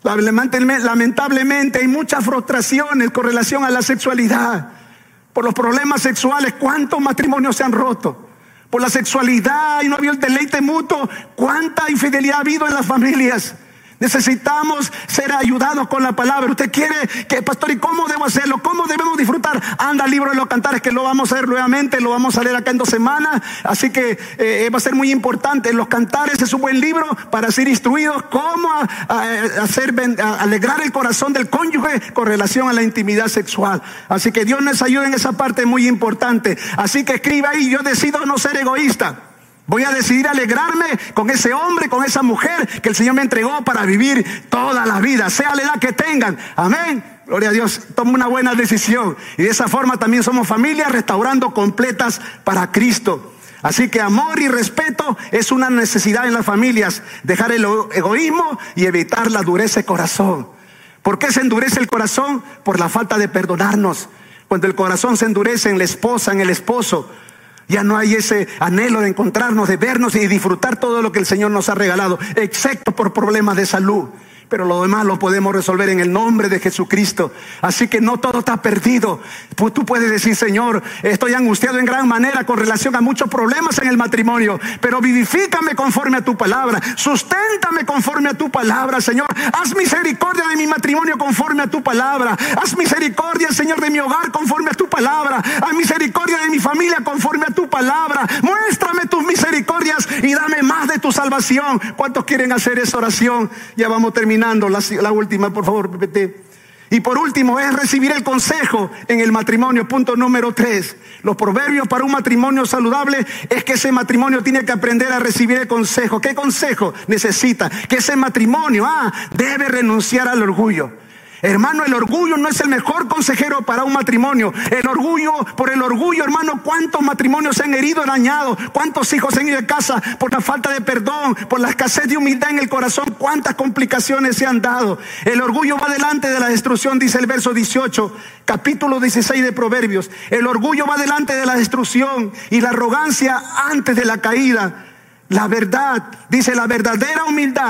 Lamentablemente hay muchas frustraciones con relación a la sexualidad. Por los problemas sexuales, ¿cuántos matrimonios se han roto? Por la sexualidad y no había el deleite mutuo, ¿cuánta infidelidad ha habido en las familias? Necesitamos ser ayudados con la palabra. Usted quiere que, pastor, ¿y cómo debo hacerlo? ¿Cómo debemos disfrutar? Anda al libro de los cantares, que lo vamos a leer nuevamente, lo vamos a leer acá en dos semanas. Así que eh, va a ser muy importante. Los cantares es un buen libro para ser instruidos cómo a, a, hacer, a alegrar el corazón del cónyuge con relación a la intimidad sexual. Así que Dios nos ayude en esa parte muy importante. Así que escriba ahí, yo decido no ser egoísta. Voy a decidir alegrarme con ese hombre, con esa mujer que el Señor me entregó para vivir toda la vida, sea la edad que tengan. Amén. Gloria a Dios. Toma una buena decisión. Y de esa forma también somos familias restaurando completas para Cristo. Así que amor y respeto es una necesidad en las familias. Dejar el egoísmo y evitar la dureza de corazón. ¿Por qué se endurece el corazón? Por la falta de perdonarnos. Cuando el corazón se endurece en la esposa, en el esposo, ya no hay ese anhelo de encontrarnos, de vernos y disfrutar todo lo que el Señor nos ha regalado, excepto por problemas de salud. Pero lo demás lo podemos resolver en el nombre de Jesucristo. Así que no todo está perdido. Tú puedes decir, Señor, estoy angustiado en gran manera con relación a muchos problemas en el matrimonio, pero vivifícame conforme a tu palabra, susténtame conforme a tu palabra, Señor. Haz misericordia de mi matrimonio conforme a tu palabra. Haz misericordia, Señor, de mi hogar conforme a tu palabra. Haz misericordia de mi familia conforme a tu palabra. Muéstrame tus misericordias y dame más de tu salvación. ¿Cuántos quieren hacer esa oración? Ya vamos terminando. La, la última, por favor, P P T. Y por último es recibir el consejo en el matrimonio. Punto número tres. Los proverbios para un matrimonio saludable es que ese matrimonio tiene que aprender a recibir el consejo. ¿Qué consejo necesita? Que ese matrimonio ah, debe renunciar al orgullo. Hermano, el orgullo no es el mejor consejero para un matrimonio. El orgullo, por el orgullo, hermano, ¿cuántos matrimonios se han herido, dañado? ¿Cuántos hijos se han ido de casa por la falta de perdón, por la escasez de humildad en el corazón? ¿Cuántas complicaciones se han dado? El orgullo va delante de la destrucción, dice el verso dieciocho, capítulo dieciséis de Proverbios. El orgullo va delante de la destrucción y la arrogancia antes de la caída. La verdad, dice, la verdadera humildad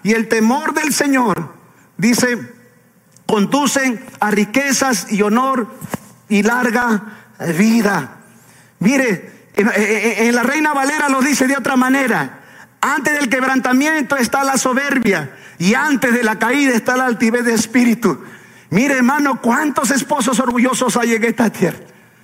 y el temor del Señor, dice, conducen a riquezas y honor y larga vida. Mire, en, en, en la Reina Valera lo dice de otra manera: antes del quebrantamiento está la soberbia, y antes de la caída está la altivez de espíritu. Mire, hermano, cuántos esposos orgullosos hay en esta tierra.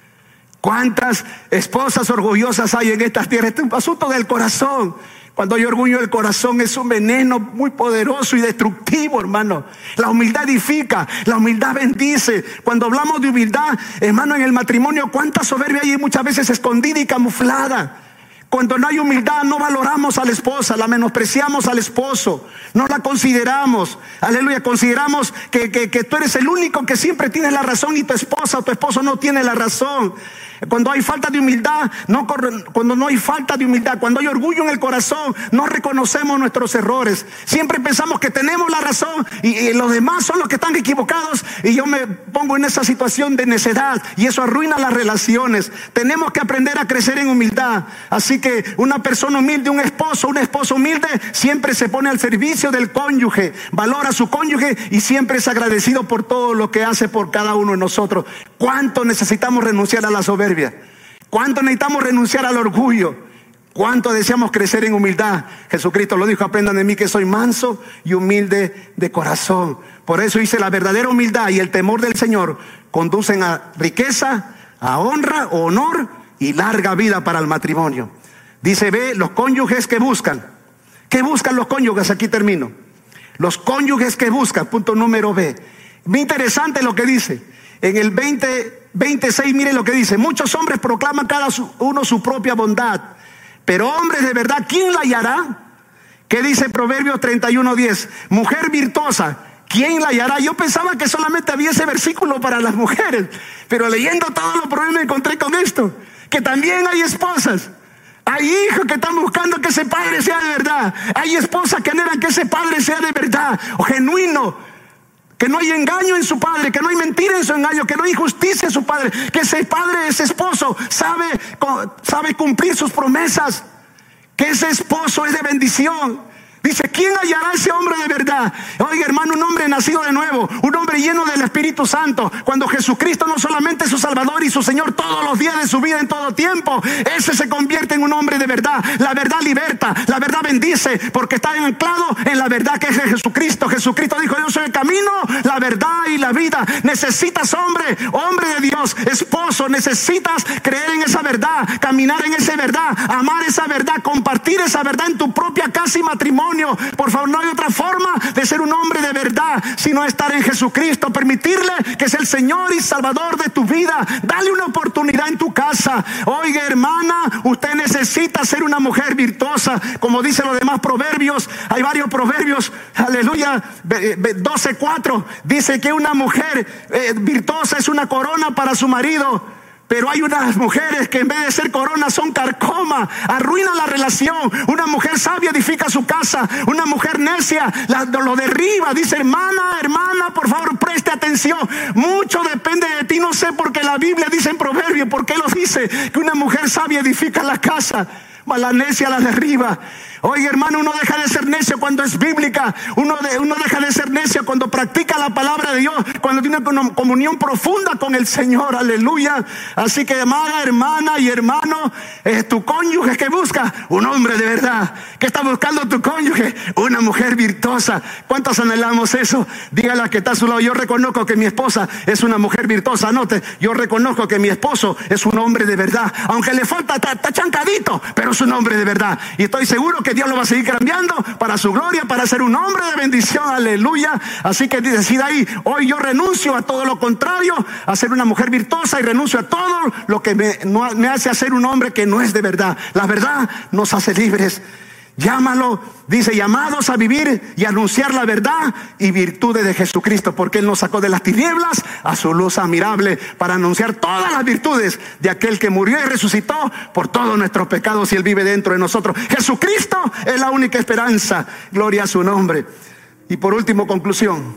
Cuántas esposas orgullosas hay en esta tierra. Este es un asunto del corazón. Cuando hay orgullo del corazón, es un veneno muy poderoso y destructivo, hermano. La humildad edifica, la humildad bendice. Cuando hablamos de humildad, hermano, en el matrimonio, cuánta soberbia hay muchas veces escondida y camuflada. Cuando no hay humildad, no valoramos a la esposa, la menospreciamos al esposo, no la consideramos. Aleluya, consideramos que, que, que tú eres el único que siempre tiene la razón y tu esposa o tu esposo no tiene la razón. Cuando hay falta de humildad, no, cuando no hay falta de humildad, cuando hay orgullo en el corazón, no reconocemos nuestros errores. Siempre pensamos que tenemos la razón y, y los demás son los que están equivocados, y yo me pongo en esa situación de necedad y eso arruina las relaciones. Tenemos que aprender a crecer en humildad. Así que una persona humilde, un esposo, un esposo humilde, siempre se pone al servicio del cónyuge, valora a su cónyuge y siempre es agradecido por todo lo que hace por cada uno de nosotros. ¿Cuánto necesitamos renunciar a la soberbia? ¿Cuánto necesitamos renunciar al orgullo? ¿Cuánto deseamos crecer en humildad? Jesucristo lo dijo: aprendan de mí que soy manso y humilde de corazón. Por eso dice: la verdadera humildad y el temor del Señor conducen a riqueza, a honra, honor y larga vida para el matrimonio. Dice: ve, los cónyuges que buscan. ¿Qué buscan los cónyuges? Aquí termino. Los cónyuges que buscan, punto número B. Muy interesante lo que dice. En el veinte, veintiséis, mire lo que dice: muchos hombres proclaman cada uno su propia bondad, pero hombres de verdad, ¿quién la hallará? ¿Qué dice Proverbios treinta y uno, diez? Mujer virtuosa, ¿quién la hallará? Yo pensaba que solamente había ese versículo para las mujeres, pero leyendo todos los proverbios me encontré con esto, que también hay esposas. Hay hijos que están buscando que ese padre sea de verdad. Hay esposas que anhelan que ese padre sea de verdad o genuino. Que no hay engaño en su padre, que no hay mentira en su engaño, que no hay injusticia en su padre, que ese padre, ese esposo sabe, sabe cumplir sus promesas, que ese esposo es de bendición. Dice: ¿quién hallará ese hombre de verdad? Oiga, hermano, un hombre nacido de nuevo, un hombre lleno del Espíritu Santo, cuando Jesucristo no solamente es su Salvador y su Señor todos los días de su vida, en todo tiempo, ese se convierte en un hombre de verdad. La verdad liberta, la verdad bendice, porque está anclado en la verdad que es Jesucristo. Jesucristo dijo: yo soy el camino, la verdad y la vida. Necesitas, hombre, hombre de Dios, esposo, necesitas creer en esa verdad, caminar en esa verdad, amar esa verdad, compartir esa verdad en tu propia casa y matrimonio. Por favor, no hay otra forma de ser un hombre de verdad sino estar en Jesucristo, permitirle que sea el Señor y Salvador de tu vida. Dale una oportunidad en tu casa. Oiga, hermana, usted necesita ser una mujer virtuosa, como dicen los demás proverbios. Hay varios proverbios, aleluya. doce cuatro dice que una mujer eh, virtuosa es una corona para su marido. Pero hay unas mujeres que en vez de ser corona son carcoma, arruinan la relación. Una mujer sabia edifica su casa, una mujer necia la, lo derriba. Dice: hermana, hermana, por favor preste atención. Mucho depende de ti, no sé por qué la Biblia dice en Proverbios, ¿por qué lo dice? Que una mujer sabia edifica la casa, mas la necia la derriba. Oye, hermano, uno deja de ser necio cuando es bíblica. Uno, de, uno deja de ser necio cuando practica la palabra de Dios, cuando tiene una comunión profunda con el Señor. Aleluya. Así que, amada hermana y hermano, eh, tu cónyuge que busca un hombre de verdad. ¿Qué está buscando tu cónyuge? Una mujer virtuosa. ¿Cuántos anhelamos eso? Dígale a que está a su lado: yo reconozco que mi esposa es una mujer virtuosa. Anote: yo reconozco que mi esposo es un hombre de verdad. Aunque le falta, está, está chancadito, pero es un hombre de verdad. Y estoy seguro que Dios lo va a seguir cambiando para su gloria, para ser un hombre de bendición. Aleluya. Así que decida ahí: hoy yo renuncio a todo lo contrario, a ser una mujer virtuosa, y renuncio a todo lo que me, no, me hace hacer un hombre que no es de verdad. La verdad nos hace libres. Llámalo, dice: llamados a vivir y anunciar la verdad y virtudes de Jesucristo, porque Él nos sacó de las tinieblas a su luz admirable, para anunciar todas las virtudes de aquel que murió y resucitó por todos nuestros pecados, y Él vive dentro de nosotros. Jesucristo es la única esperanza. Gloria a su nombre. Y por último, conclusión: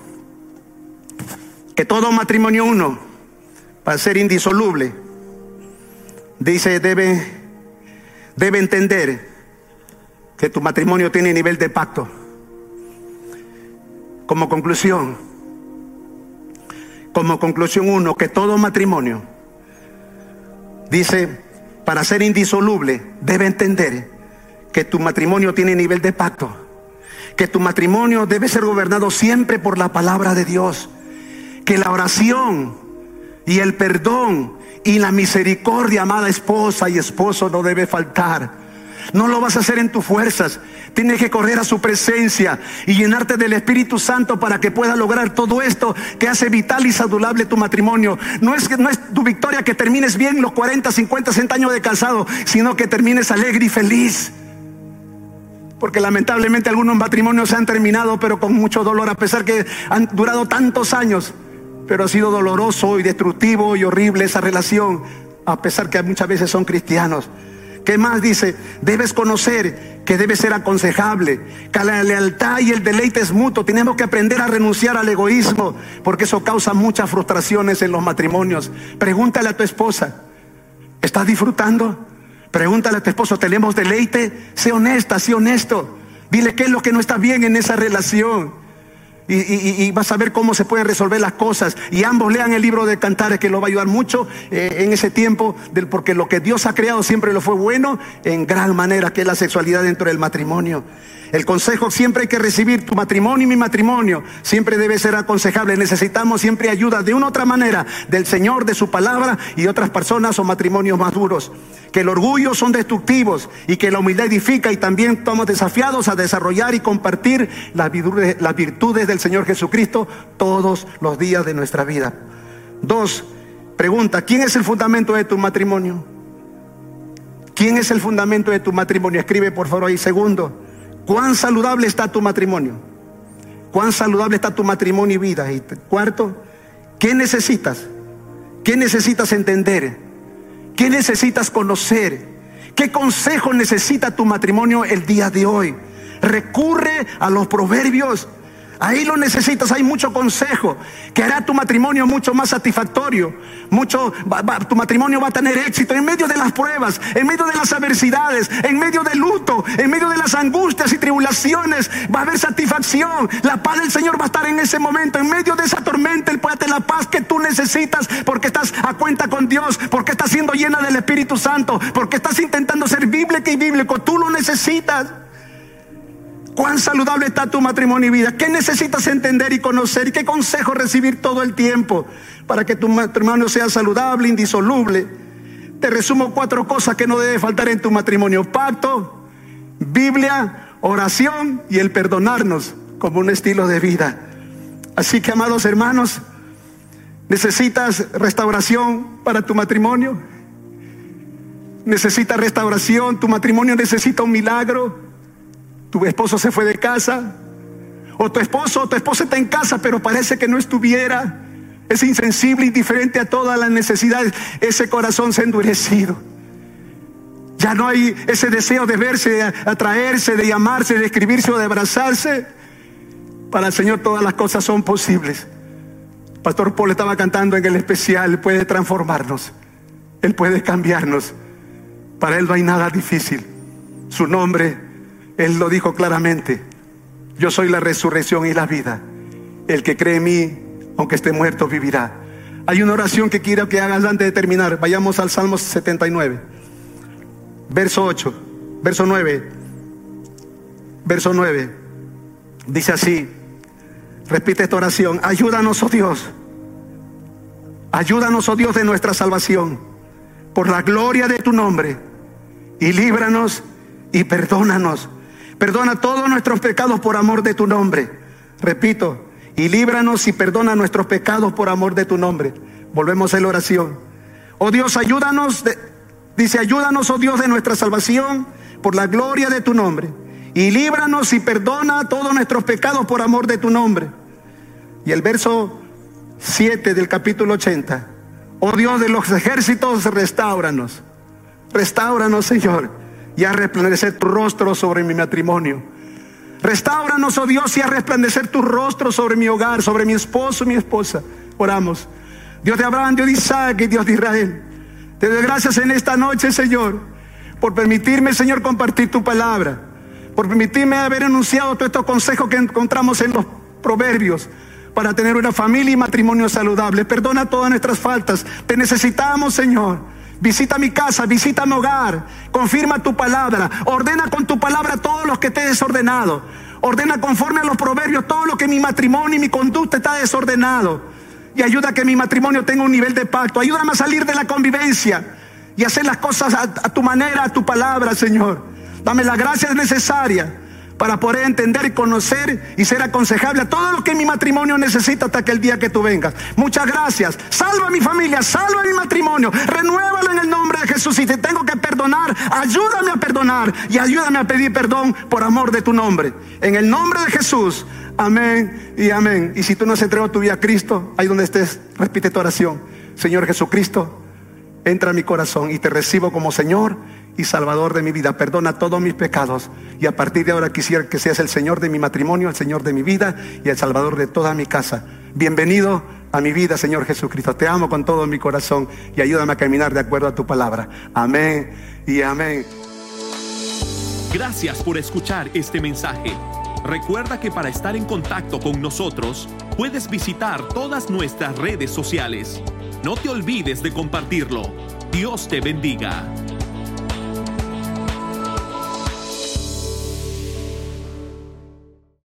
que todo matrimonio uno, para ser indisoluble, dice, debe, debe entender que tu matrimonio tiene nivel de pacto. Como conclusión, como conclusión uno, que todo matrimonio, dice, para ser indisoluble, debe entender que tu matrimonio tiene nivel de pacto, que tu matrimonio debe ser gobernado siempre por la palabra de Dios, que la oración y el perdón y la misericordia, amada esposa y esposo, no debe faltar. No lo vas a hacer en tus fuerzas. Tienes que correr a su presencia y llenarte del Espíritu Santo para que puedas lograr todo esto que hace vital y saludable tu matrimonio. No es, no es tu victoria que termines bien los cuarenta, cincuenta, sesenta años de casado, sino que termines alegre y feliz. Porque lamentablemente algunos matrimonios se han terminado, pero con mucho dolor, a pesar que han durado tantos años. Pero ha sido doloroso y destructivo y horrible esa relación, a pesar que muchas veces son cristianos. ¿Qué más dice? Debes conocer que debe ser aconsejable, que la lealtad y el deleite es mutuo. Tenemos que aprender a renunciar al egoísmo, porque eso causa muchas frustraciones en los matrimonios. Pregúntale a tu esposa, ¿estás disfrutando? Pregúntale a tu esposo, ¿tenemos deleite? Sé honesta, sé honesto. Dile qué es lo que no está bien en esa relación. Y, y, y vas a ver cómo se pueden resolver las cosas. Y ambos lean el libro de Cantares, que lo va a ayudar mucho eh, en ese tiempo, del, porque lo que Dios ha creado siempre lo fue bueno en gran manera, que es la sexualidad dentro del matrimonio. El consejo siempre hay que recibir. Tu matrimonio y mi matrimonio siempre debe ser aconsejable. Necesitamos siempre ayuda de una u otra manera del Señor, de su palabra y otras personas o matrimonios más duros. Que el orgullo son destructivos y que la humildad edifica, y también estamos desafiados a desarrollar y compartir las virtudes, las virtudes del Señor Jesucristo todos los días de nuestra vida. Dos, pregunta, ¿quién es el fundamento de tu matrimonio? ¿Quién es el fundamento de tu matrimonio? Escribe por favor ahí. Segundo, ¿cuán saludable está tu matrimonio? ¿Cuán saludable está tu matrimonio y vida? Y cuarto, ¿qué necesitas? ¿Qué necesitas entender? ¿Qué necesitas conocer? ¿Qué consejo necesita tu matrimonio el día de hoy? Recurre a los proverbios. Ahí lo necesitas, hay mucho consejo que hará tu matrimonio mucho más satisfactorio. Mucho, va, va, tu matrimonio va a tener éxito en medio de las pruebas, en medio de las adversidades, en medio del luto, en medio de las angustias y tribulaciones. Va a haber satisfacción. La paz del Señor va a estar en ese momento. En medio de esa tormenta, Él puede darte la paz que tú necesitas, porque estás a cuenta con Dios, porque estás siendo llena del Espíritu Santo, porque estás intentando ser bíblica y bíblico. Tú lo necesitas. ¿Cuán saludable está tu matrimonio y vida? ¿Qué necesitas entender y conocer? ¿Y qué consejo recibir todo el tiempo para que tu matrimonio sea saludable, indisoluble? Te resumo cuatro cosas que no debe faltar en tu matrimonio: pacto, Biblia, oración y el perdonarnos como un estilo de vida. Así que, amados hermanos, ¿necesitas restauración para tu matrimonio? ¿Necesitas restauración? ¿Tu matrimonio necesita un milagro? ¿Tu esposo se fue de casa? ¿O tu esposo o tu esposa está en casa pero parece que no estuviera? Es insensible, indiferente a todas las necesidades. Ese corazón se ha endurecido. Ya no hay ese deseo de verse, de atraerse, de llamarse, de escribirse o de abrazarse. Para el Señor todas las cosas son posibles. Pastor Paul estaba cantando en el especial: Él puede transformarnos, Él puede cambiarnos. Para Él no hay nada difícil. Su nombre, Él lo dijo claramente: yo soy la resurrección y la vida. El que cree en mí, aunque esté muerto, vivirá. Hay una oración que quiero que hagas antes de terminar. Vayamos al Salmo setenta y nueve, verso ocho, verso nueve. Verso nueve dice así, repite esta oración: ayúdanos, oh Dios, ayúdanos, oh Dios de nuestra salvación, por la gloria de tu nombre, y líbranos y perdónanos. Perdona todos nuestros pecados por amor de tu nombre. Repito, y líbranos y perdona nuestros pecados por amor de tu nombre. Volvemos a la oración. Oh Dios, ayúdanos, de, dice, ayúdanos, oh Dios de nuestra salvación, por la gloria de tu nombre, y líbranos y perdona todos nuestros pecados por amor de tu nombre. Y el verso siete del capítulo ochenta: oh Dios de los ejércitos, restáuranos. Restáuranos, Señor, y haz resplandecer tu rostro sobre mi matrimonio. Restáuranos, oh Dios, y haz resplandecer tu rostro sobre mi hogar, sobre mi esposo y mi esposa. Oramos. Dios de Abraham, Dios de Isaac y Dios de Israel, te doy gracias en esta noche, Señor, por permitirme, Señor, compartir tu palabra, por permitirme haber enunciado todos estos consejos que encontramos en los proverbios para tener una familia y matrimonio saludable. Perdona todas nuestras faltas. Te necesitamos, Señor. Visita mi casa, visita mi hogar. Confirma tu palabra. Ordena con tu palabra todo lo que esté desordenado. Ordena conforme a los proverbios todo lo que mi matrimonio y mi conducta está desordenado. Y ayuda a que mi matrimonio tenga un nivel de pacto. Ayúdame a salir de la convivencia y hacer las cosas a, a tu manera, a tu palabra, Señor. Dame la gracia necesaria para poder entender y conocer y ser aconsejable a todo lo que mi matrimonio necesita hasta que el día que tú vengas. Muchas gracias. Salva a mi familia, salva a mi matrimonio, renuévalo en el nombre de Jesús. Si te tengo que perdonar, ayúdame a perdonar y ayúdame a pedir perdón por amor de tu nombre. En el nombre de Jesús, amén y amén. Y si tú no has entregado tu vida a Cristo, ahí donde estés, repite tu oración. Señor Jesucristo, entra a mi corazón y te recibo como Señor y Salvador de mi vida. Perdona todos mis pecados y a partir de ahora quisiera que seas el Señor de mi matrimonio, el Señor de mi vida y el Salvador de toda mi casa. Bienvenido a mi vida, Señor Jesucristo. Te amo con todo mi corazón y ayúdame a caminar de acuerdo a tu palabra. Amén y amén. Gracias por escuchar este mensaje. Recuerda que para estar en contacto con nosotros puedes visitar todas nuestras redes sociales. No te olvides de compartirlo. Dios te bendiga.